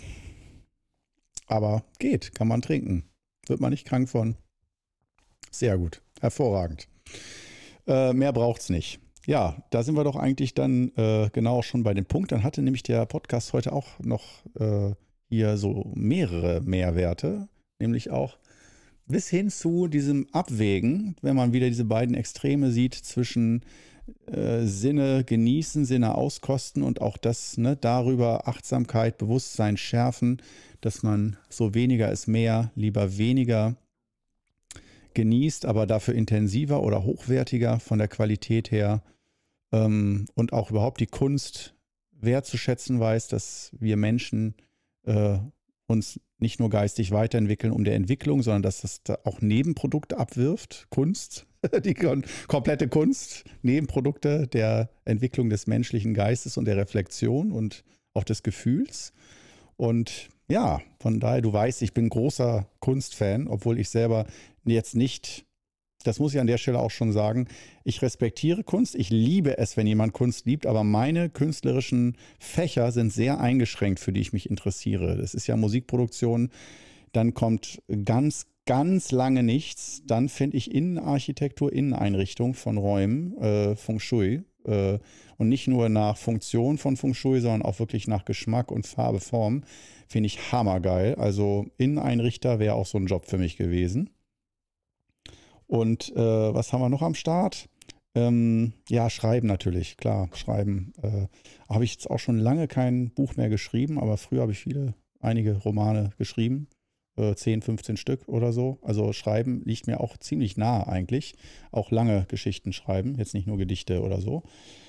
Aber geht, kann man trinken. Wird man nicht krank von. Sehr gut, hervorragend. Äh, mehr braucht es nicht. Ja, da sind wir doch eigentlich dann äh, genau schon bei dem Punkt. Dann hatte nämlich der Podcast heute auch noch äh, hier so mehrere Mehrwerte. Nämlich auch bis hin zu diesem Abwägen, wenn man wieder diese beiden Extreme sieht zwischen äh, Sinne genießen, Sinne auskosten und auch das, ne, darüber Achtsamkeit, Bewusstsein schärfen, dass man so weniger ist mehr, lieber weniger genießt, aber dafür intensiver oder hochwertiger von der Qualität her ähm, und auch überhaupt die Kunst wertzuschätzen weiß, dass wir Menschen äh, uns nicht nur geistig weiterentwickeln um der Entwicklung, sondern dass das da auch Nebenprodukte abwirft, Kunst, die kom- komplette Kunst, Nebenprodukte der Entwicklung des menschlichen Geistes und der Reflexion und auch des Gefühls. Und ja, von daher, du weißt, ich bin großer Kunstfan, obwohl ich selber jetzt nicht, das muss ich an der Stelle auch schon sagen, ich respektiere Kunst, ich liebe es, wenn jemand Kunst liebt, aber meine künstlerischen Fächer sind sehr eingeschränkt, für die ich mich interessiere. Das ist ja Musikproduktion, dann kommt ganz, ganz lange nichts, dann finde ich Innenarchitektur, Inneneinrichtung von Räumen, äh, Feng Shui, äh, und nicht nur nach Funktion von Feng Shui, sondern auch wirklich nach Geschmack und Farbe, Form, finde ich hammergeil. Also Inneneinrichter wäre auch so ein Job für mich gewesen. Und äh, was haben wir noch am Start? Ähm, ja, Schreiben natürlich, klar, Schreiben. Äh, habe ich jetzt auch schon lange kein Buch mehr geschrieben, aber früher habe ich viele, einige Romane geschrieben, äh, zehn, fünfzehn Stück oder so. Also Schreiben liegt mir auch ziemlich nah eigentlich. Auch lange Geschichten schreiben, jetzt nicht nur Gedichte oder so.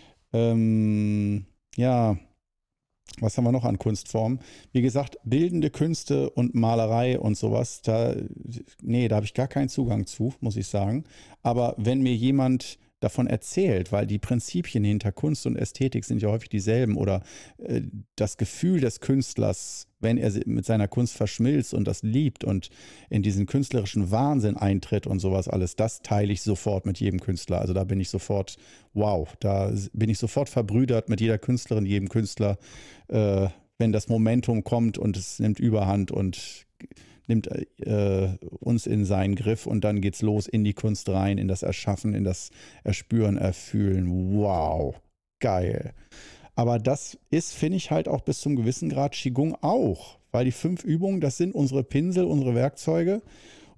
Ähm, ja, was haben wir noch an Kunstformen? Wie gesagt, bildende Künste und Malerei und sowas, da, nee, da habe ich gar keinen Zugang zu, muss ich sagen. Aber wenn mir jemand davon erzählt, weil die Prinzipien hinter Kunst und Ästhetik sind ja häufig dieselben oder äh, das Gefühl des Künstlers, wenn er mit seiner Kunst verschmilzt und das liebt und in diesen künstlerischen Wahnsinn eintritt und sowas alles, das teile ich sofort mit jedem Künstler. Also da bin ich sofort, wow, da bin ich sofort verbrüdert mit jeder Künstlerin, jedem Künstler, äh, wenn das Momentum kommt und es nimmt Überhand und nimmt äh, uns in seinen Griff und dann geht's los in die Kunst rein, in das Erschaffen, in das Erspüren, Erfühlen. Wow, geil. Aber das ist, finde ich, halt auch bis zum gewissen Grad Qigong auch, weil die fünf Übungen, das sind unsere Pinsel, unsere Werkzeuge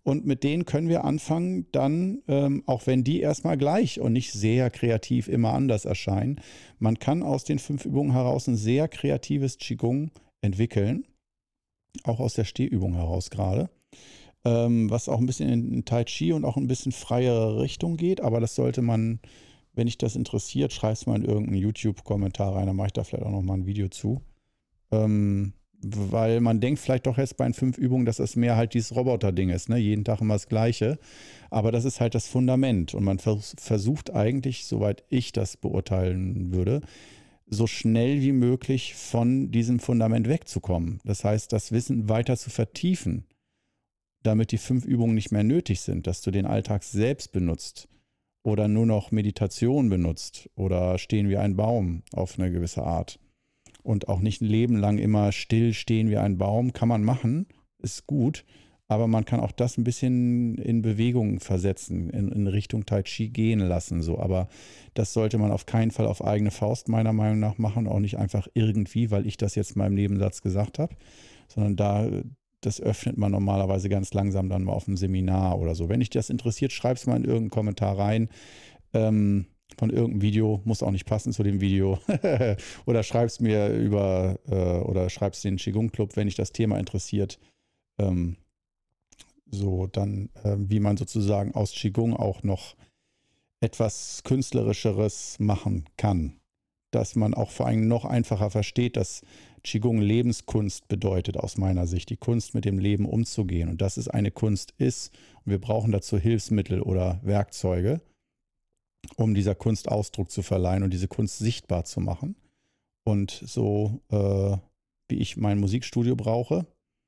Und mit denen können wir anfangen, dann, ähm, auch wenn die erstmal gleich und nicht sehr kreativ immer anders erscheinen, man kann aus den fünf Übungen heraus ein sehr kreatives Qigong entwickeln, auch aus der Stehübung heraus gerade, ähm, was auch ein bisschen in Tai Chi und auch ein bisschen freiere Richtung geht, aber das sollte man, wenn dich das interessiert, schreib's mal in irgendeinen YouTube-Kommentar rein, dann mache ich da vielleicht auch noch mal ein Video zu. Ähm, weil man denkt vielleicht doch jetzt bei den fünf Übungen, dass das mehr halt dieses Roboter-Ding ist, ne? Jeden Tag immer das Gleiche. Aber das ist halt das Fundament. Und man vers- versucht eigentlich, soweit ich das beurteilen würde, so schnell wie möglich von diesem Fundament wegzukommen. Das heißt, das Wissen weiter zu vertiefen, damit die fünf Übungen nicht mehr nötig sind, dass du den Alltag selbst benutzt oder nur noch Meditation benutzt oder stehen wie ein Baum auf eine gewisse Art. Und auch nicht ein Leben lang immer still stehen wie ein Baum, kann man machen, ist gut, aber man kann auch das ein bisschen in Bewegung versetzen, in, in Richtung Tai Chi gehen lassen, so. Aber das sollte man auf keinen Fall auf eigene Faust meiner Meinung nach machen, auch nicht einfach irgendwie, weil ich das jetzt mal im Nebensatz gesagt habe, sondern da, das öffnet man normalerweise ganz langsam dann mal auf einem Seminar oder so. Wenn dich das interessiert, schreib es mal in irgendeinen Kommentar rein. Ähm, von irgendeinem Video, muss auch nicht passen zu dem Video. Oder schreib's mir über, äh, oder schreib's den Qigong Club, wenn dich das Thema interessiert. Ähm, so, dann, äh, wie man sozusagen aus Qigong auch noch etwas Künstlerischeres machen kann. Dass man auch vor allem noch einfacher versteht, dass Qigong Lebenskunst bedeutet, aus meiner Sicht. Die Kunst, mit dem Leben umzugehen. Und dass es eine Kunst ist. Und wir brauchen dazu Hilfsmittel oder Werkzeuge, um dieser Kunst Ausdruck zu verleihen und diese Kunst sichtbar zu machen. Und so äh, wie ich mein Musikstudio brauche,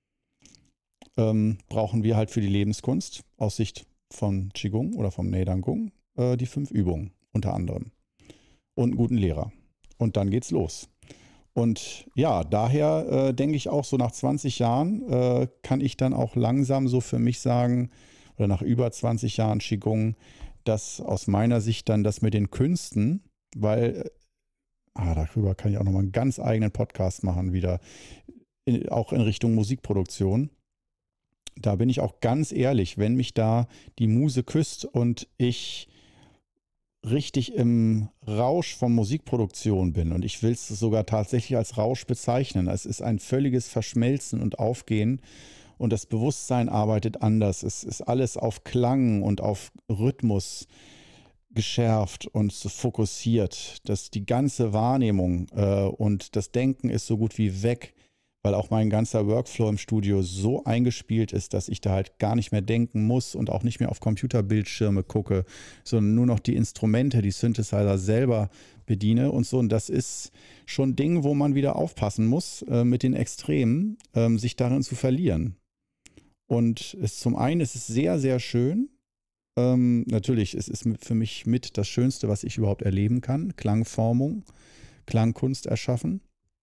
ähm, brauchen wir halt für die Lebenskunst aus Sicht von Qigong oder vom Neidang äh, die fünf Übungen unter anderem und einen guten Lehrer. Und dann geht's los. Und ja, daher äh, denke ich auch so nach zwanzig Jahren äh, kann ich dann auch langsam so für mich sagen, oder nach über zwanzig Jahren Qigong, dass aus meiner Sicht dann das mit den Künsten, weil, ah, darüber kann ich auch nochmal einen ganz eigenen Podcast machen, wieder, in, auch in Richtung Musikproduktion. Da bin ich auch ganz ehrlich, wenn mich da die Muse küsst und ich richtig im Rausch von Musikproduktion bin, und ich will es sogar tatsächlich als Rausch bezeichnen, es ist ein völliges Verschmelzen und Aufgehen. Und das Bewusstsein arbeitet anders. Es ist alles auf Klang und auf Rhythmus geschärft und so fokussiert. Dass die ganze Wahrnehmung äh, und das Denken ist so gut wie weg, weil auch mein ganzer Workflow im Studio so eingespielt ist, dass ich da halt gar nicht mehr denken muss und auch nicht mehr auf Computerbildschirme gucke, sondern nur noch die Instrumente, die Synthesizer selber bediene und so. Und das ist schon ein Ding, wo man wieder aufpassen muss, äh, mit den Extremen, ähm, sich darin zu verlieren. Und es, zum einen ist es sehr, sehr schön. Ähm, natürlich, es ist für mich mit das Schönste, was ich überhaupt erleben kann. Klangformung, Klangkunst erschaffen.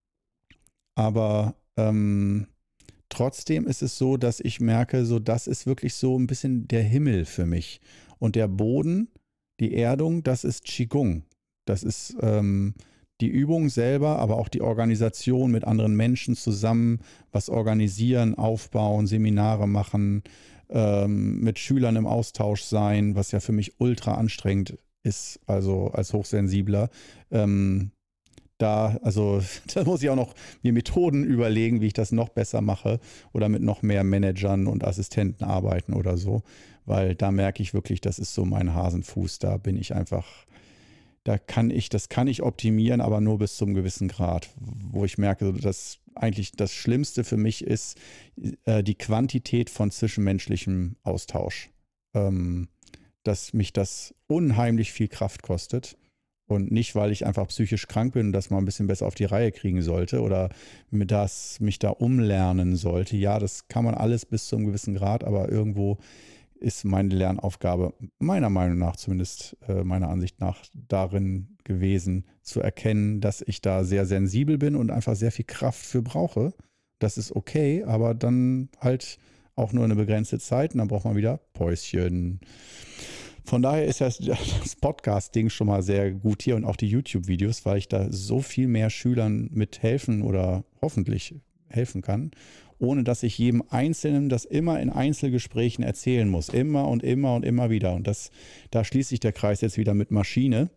Aber ähm, trotzdem ist es so, dass ich merke, so das ist wirklich so ein bisschen der Himmel für mich. Und der Boden, die Erdung, das ist Qigong. Das ist ähm, die Übung selber, aber auch die Organisation mit anderen Menschen zusammen, was organisieren, aufbauen, Seminare machen, ähm, mit Schülern im Austausch sein, was ja für mich ultra anstrengend ist, also als Hochsensibler. Ähm, da, also da muss ich auch noch mir Methoden überlegen, wie ich das noch besser mache oder mit noch mehr Managern und Assistenten arbeiten oder so, weil da merke ich wirklich, das ist so mein Hasenfuß, da bin ich einfach, da kann ich, das kann ich optimieren, aber nur bis zum gewissen Grad, wo ich merke, dass eigentlich das Schlimmste für mich ist äh, die Quantität von zwischenmenschlichem Austausch. Ähm, dass mich das unheimlich viel Kraft kostet. Und nicht, weil ich einfach psychisch krank bin und das mal ein bisschen besser auf die Reihe kriegen sollte oder das mich da umlernen sollte. Ja, das kann man alles bis zu einem gewissen Grad, aber irgendwo ist meine Lernaufgabe meiner Meinung nach, zumindest äh, meiner Ansicht nach, darin gewesen, zu erkennen, dass ich da sehr sensibel bin und einfach sehr viel Kraft für brauche. Das ist okay, aber dann halt auch nur eine begrenzte Zeit und dann braucht man wieder Päuschen. Von daher ist das, das Podcast-Ding schon mal sehr gut hier und auch die YouTube-Videos, weil ich da so viel mehr Schülern mithelfen oder hoffentlich helfen kann, ohne dass ich jedem Einzelnen das immer in Einzelgesprächen erzählen muss. Immer und immer und immer wieder. Und das, da schließt sich der Kreis jetzt wieder mit Maschine,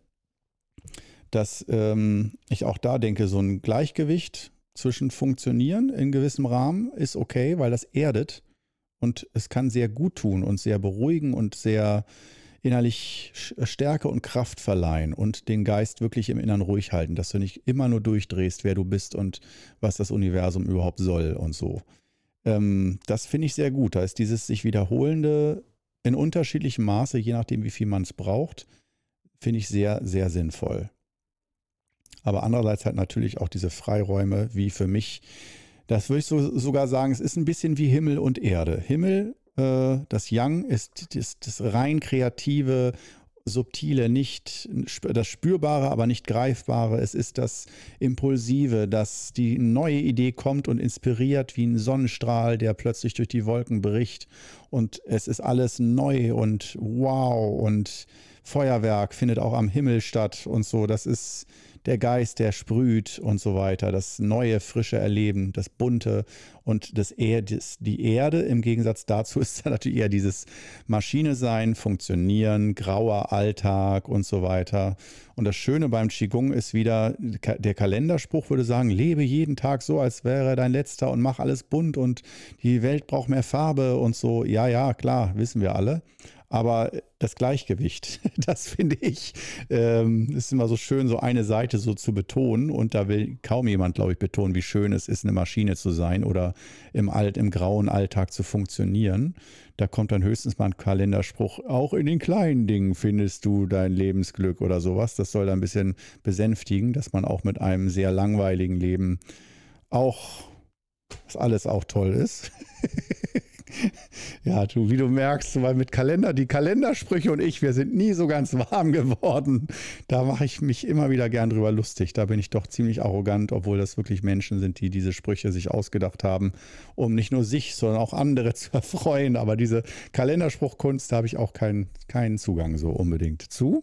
dass ähm, ich auch da denke, so ein Gleichgewicht zwischen Funktionieren in gewissem Rahmen ist okay, weil das erdet und es kann sehr gut tun und sehr beruhigen und sehr innerlich Stärke und Kraft verleihen und den Geist wirklich im Innern ruhig halten, dass du nicht immer nur durchdrehst, wer du bist und was das Universum überhaupt soll und so. Ähm, das finde ich sehr gut. Da ist dieses sich wiederholende in unterschiedlichem Maße, je nachdem, wie viel man es braucht, finde ich sehr, sehr sinnvoll. Aber andererseits halt natürlich auch diese Freiräume, wie für mich, das würde ich so, sogar sagen, es ist ein bisschen wie Himmel und Erde. Himmel, äh, das Yang ist das, das rein kreative, subtile, nicht das Spürbare, aber nicht Greifbare. Es ist das Impulsive, dass die neue Idee kommt und inspiriert wie ein Sonnenstrahl, der plötzlich durch die Wolken bricht. Und es ist alles neu und wow und Feuerwerk findet auch am Himmel statt und so. Das ist der Geist, der sprüht und so weiter. Das neue, frische Erleben, das Bunte und das er das, die Erde im Gegensatz dazu ist dann natürlich eher dieses Maschine sein, Funktionieren, grauer Alltag und so weiter. Und das Schöne beim Qigong ist wieder, der Kalenderspruch würde sagen, lebe jeden Tag so, als wäre dein letzter und mach alles bunt und die Welt braucht mehr Farbe und so. Ja, ja, klar, wissen wir alle. Aber das Gleichgewicht, das finde ich, ähm, ist immer so schön, so eine Seite so zu betonen. Und da will kaum jemand, glaube ich, betonen, wie schön es ist, eine Maschine zu sein oder im Alt, im grauen Alltag zu funktionieren. Da kommt dann höchstens mal ein Kalenderspruch, auch in den kleinen Dingen findest du dein Lebensglück oder sowas. Das soll da ein bisschen besänftigen, dass man auch mit einem sehr langweiligen Leben auch, dass alles auch toll ist. Ja, du, wie du merkst, weil mit Kalender, die Kalendersprüche und ich, wir sind nie so ganz warm geworden. Da mache ich mich immer wieder gern drüber lustig. Da bin ich doch ziemlich arrogant, obwohl das wirklich Menschen sind, die diese Sprüche sich ausgedacht haben, um nicht nur sich, sondern auch andere zu erfreuen. Aber diese Kalenderspruchkunst, da habe ich auch keinen, keinen Zugang so unbedingt zu.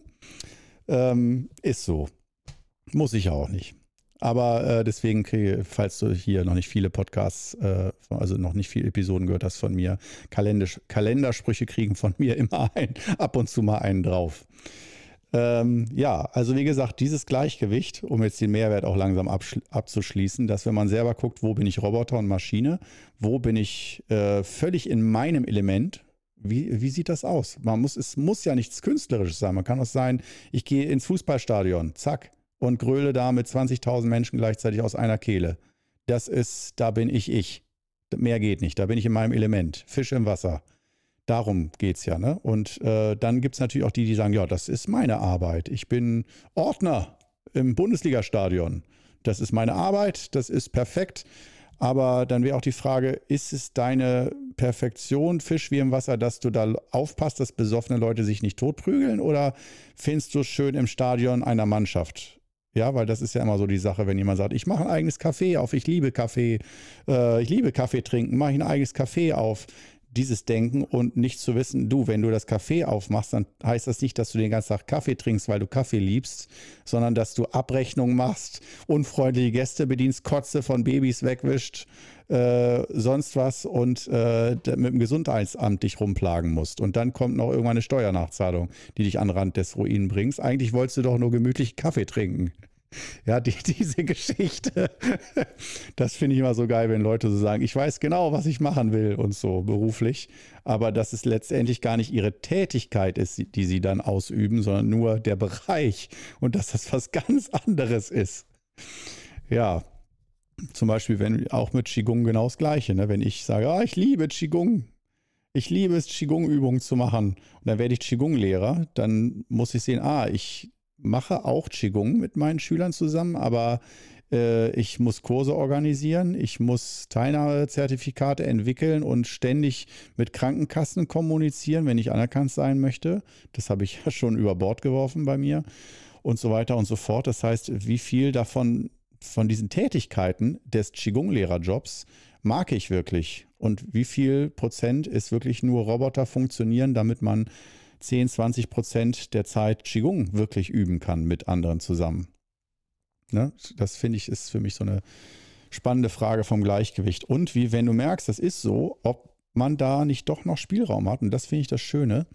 Ähm, ist so. Muss ich auch nicht. Aber äh, deswegen, kriege, falls du hier noch nicht viele Podcasts, äh, also noch nicht viele Episoden gehört hast von mir, Kalenders, Kalendersprüche kriegen von mir immer ein, ab und zu mal einen drauf. Ähm, ja, also wie gesagt, dieses Gleichgewicht, um jetzt den Mehrwert auch langsam abzuschließen, dass wenn man selber guckt, wo bin ich Roboter und Maschine, wo bin ich äh, völlig in meinem Element, wie, wie sieht das aus? Man muss, es muss ja nichts Künstlerisches sein. Man kann auch sein, ich gehe ins Fußballstadion, zack, und gröle da mit zwanzigtausend Menschen gleichzeitig aus einer Kehle. Das ist, da bin ich ich. Mehr geht nicht, da bin ich in meinem Element. Fisch im Wasser. Darum geht es ja. Ne? Und äh, dann gibt es natürlich auch die, die sagen, ja, das ist meine Arbeit. Ich bin Ordner im Bundesligastadion. Das ist meine Arbeit, das ist perfekt. Aber dann wäre auch die Frage, ist es deine Perfektion, Fisch wie im Wasser, dass du da aufpasst, dass besoffene Leute sich nicht totprügeln? Oder findest du es schön im Stadion einer Mannschaft? Ja, weil das ist ja immer so die Sache, wenn jemand sagt, ich mache ein eigenes Café auf, ich liebe Kaffee, äh, ich liebe Kaffee trinken, mache ich ein eigenes Café auf. Dieses Denken und nicht zu wissen, du, wenn du das Café aufmachst, dann heißt das nicht, dass du den ganzen Tag Kaffee trinkst, weil du Kaffee liebst, sondern dass du Abrechnungen machst, unfreundliche Gäste bedienst, Kotze von Babys wegwischt, äh, sonst was und äh, mit dem Gesundheitsamt dich rumplagen musst. Und dann kommt noch irgendwann eine Steuernachzahlung, die dich an den Rand des Ruinen bringst. Eigentlich wolltest du doch nur gemütlich Kaffee trinken. Ja, die, diese Geschichte, das finde ich immer so geil, wenn Leute so sagen, ich weiß genau, was ich machen will und so beruflich, aber dass es letztendlich gar nicht ihre Tätigkeit ist, die sie dann ausüben, sondern nur der Bereich und dass das was ganz anderes ist. Ja, zum Beispiel, wenn auch mit Qigong genau das Gleiche, ne? Wenn ich sage, ah, ich liebe Qigong, ich liebe es, Qigong-Übungen zu machen und dann werde ich Qigong-Lehrer, dann muss ich sehen, ah, ich mache auch Qigong mit meinen Schülern zusammen, aber äh, ich muss Kurse organisieren, ich muss Teilnahmezertifikate entwickeln und ständig mit Krankenkassen kommunizieren, wenn ich anerkannt sein möchte. Das habe ich ja schon über Bord geworfen bei mir und so weiter und so fort. Das heißt, wie viel davon, von diesen Tätigkeiten des Qigong-Lehrerjobs mag ich wirklich und wie viel Prozent ist wirklich nur Roboter funktionieren, damit man zehn, zwanzig Prozent der Zeit Qigong wirklich üben kann mit anderen zusammen. Ne? Das finde ich ist für mich so eine spannende Frage vom Gleichgewicht. Und wie, wenn du merkst, das ist so, ob man da nicht doch noch Spielraum hat. Und das finde ich das Schöne.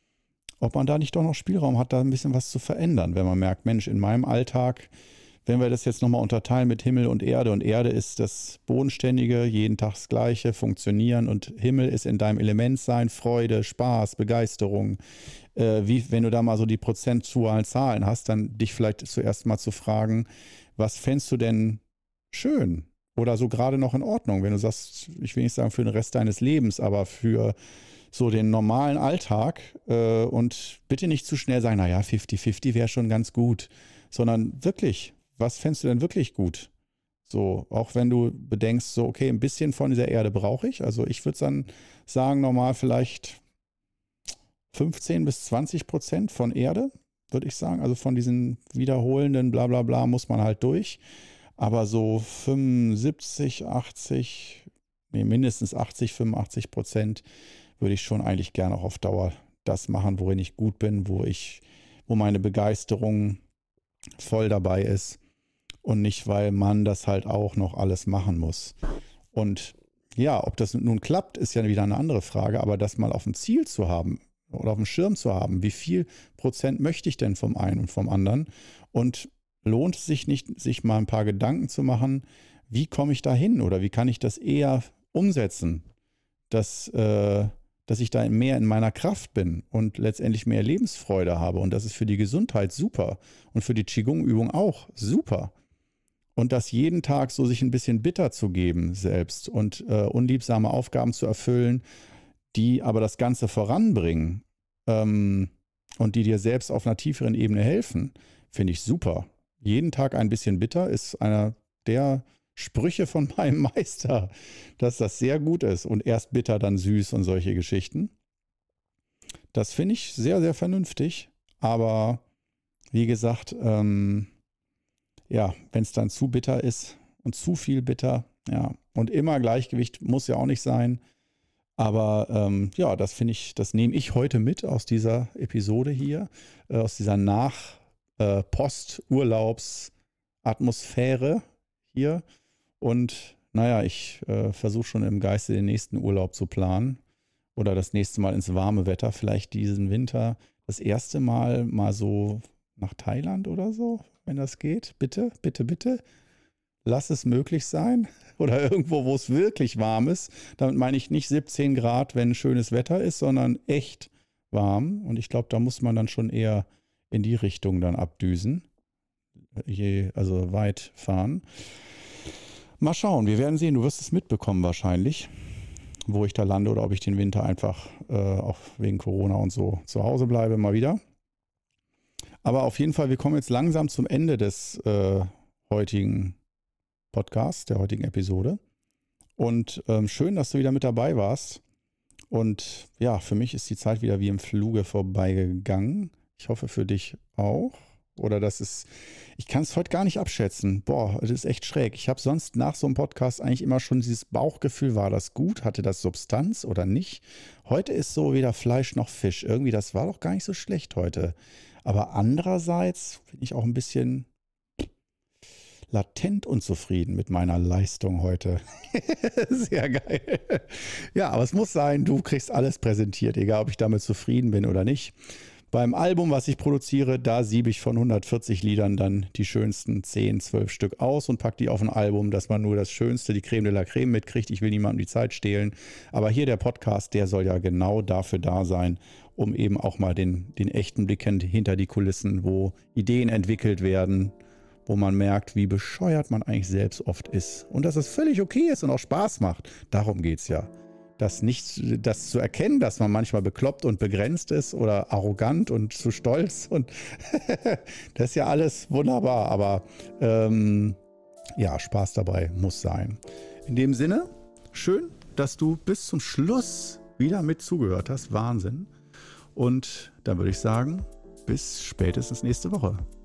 Ob man da nicht doch noch Spielraum hat, da ein bisschen was zu verändern. Wenn man merkt, Mensch, in meinem Alltag, wenn wir das jetzt nochmal unterteilen mit Himmel und Erde, und Erde ist das Bodenständige, jeden Tag das Gleiche, funktionieren, und Himmel ist in deinem Element sein, Freude, Spaß, Begeisterung. Äh, wie, wenn du da mal so die prozentualen Zahlen hast, dann dich vielleicht zuerst mal zu fragen, was fändest du denn schön oder so gerade noch in Ordnung, wenn du sagst, ich will nicht sagen für den Rest deines Lebens, aber für so den normalen Alltag, äh, und bitte nicht zu schnell sagen, naja, fünfzig fünfzig wäre schon ganz gut, sondern wirklich, was fändest du denn wirklich gut? So, auch wenn du bedenkst, so, okay, ein bisschen von dieser Erde brauche ich. Also ich würde dann sagen, normal vielleicht fünfzehn bis zwanzig Prozent von Erde, würde ich sagen. Also von diesen wiederholenden Blablabla bla bla muss man halt durch. Aber so fünfundsiebzig, achtzig, nee, mindestens achtzig, fünfundachtzig Prozent würde ich schon eigentlich gerne auch auf Dauer das machen, worin ich gut bin, wo ich, wo meine Begeisterung voll dabei ist. Und nicht, weil man das halt auch noch alles machen muss. Und ja, ob das nun klappt, ist ja wieder eine andere Frage. Aber das mal auf dem Ziel zu haben oder auf dem Schirm zu haben, wie viel Prozent möchte ich denn vom einen und vom anderen? Und lohnt es sich nicht, sich mal ein paar Gedanken zu machen, wie komme ich da hin oder wie kann ich das eher umsetzen, dass, äh, dass ich da mehr in meiner Kraft bin und letztendlich mehr Lebensfreude habe. Und das ist für die Gesundheit super und für die Qigong-Übung auch super. Und das jeden Tag so sich ein bisschen bitter zu geben selbst und äh, unliebsame Aufgaben zu erfüllen, die aber das Ganze voranbringen, ähm, und die dir selbst auf einer tieferen Ebene helfen, finde ich super. Jeden Tag ein bisschen bitter ist einer der Sprüche von meinem Meister, dass das sehr gut ist. Und erst bitter, dann süß und solche Geschichten. Das finde ich sehr, sehr vernünftig. Aber wie gesagt, ähm, ja, wenn es dann zu bitter ist und zu viel bitter, ja, und immer Gleichgewicht muss ja auch nicht sein. Aber ähm, ja, das finde ich, das nehme ich heute mit aus dieser Episode hier, äh, aus dieser Nach-Post-Urlaubs-Atmosphäre hier. Und naja, ich äh, versuche schon im Geiste den nächsten Urlaub zu planen oder das nächste Mal ins warme Wetter, vielleicht diesen Winter das erste Mal mal so nach Thailand oder so, wenn das geht. Bitte, bitte, bitte. Lass es möglich sein. Oder irgendwo, wo es wirklich warm ist. Damit meine ich nicht siebzehn Grad, wenn schönes Wetter ist, sondern echt warm. Und ich glaube, da muss man dann schon eher in die Richtung dann abdüsen. Je, also weit fahren. Mal schauen, wir werden sehen. Du wirst es mitbekommen wahrscheinlich, wo ich da lande oder ob ich den Winter einfach äh, auch wegen Corona und so zu Hause bleibe, mal wieder. Aber auf jeden Fall, wir kommen jetzt langsam zum Ende des äh, heutigen Podcast, der heutigen Episode. Und ähm, schön, dass du wieder mit dabei warst. Und ja, für mich ist die Zeit wieder wie im Fluge vorbeigegangen. Ich hoffe für dich auch. Oder das ist, ich kann es heute gar nicht abschätzen. Boah, das ist echt schräg. Ich habe sonst nach so einem Podcast eigentlich immer schon dieses Bauchgefühl, war das gut? Hatte das Substanz oder nicht? Heute ist so weder Fleisch noch Fisch. Irgendwie, das war doch gar nicht so schlecht heute. Aber andererseits bin ich auch ein bisschen latent unzufrieden mit meiner Leistung heute. Sehr geil. Ja, aber es muss sein, du kriegst alles präsentiert, egal ob ich damit zufrieden bin oder nicht. Beim Album, was ich produziere, da siebe ich von hundertvierzig Liedern dann die schönsten zehn, zwölf Stück aus und packe die auf ein Album, dass man nur das Schönste, die Creme de la Creme mitkriegt. Ich will niemandem die Zeit stehlen. Aber hier der Podcast, der soll ja genau dafür da sein, um eben auch mal den, den echten Blick hinter die Kulissen, wo Ideen entwickelt werden, wo man merkt, wie bescheuert man eigentlich selbst oft ist. Und dass es völlig okay ist und auch Spaß macht. Darum geht es ja. Das, nicht, das zu erkennen, dass man manchmal bekloppt und begrenzt ist oder arrogant und zu stolz. Und das ist ja alles wunderbar. Aber ähm, ja, Spaß dabei muss sein. In dem Sinne, schön, dass du bis zum Schluss wieder mit zugehört hast. Wahnsinn. Und dann würde ich sagen, bis spätestens nächste Woche.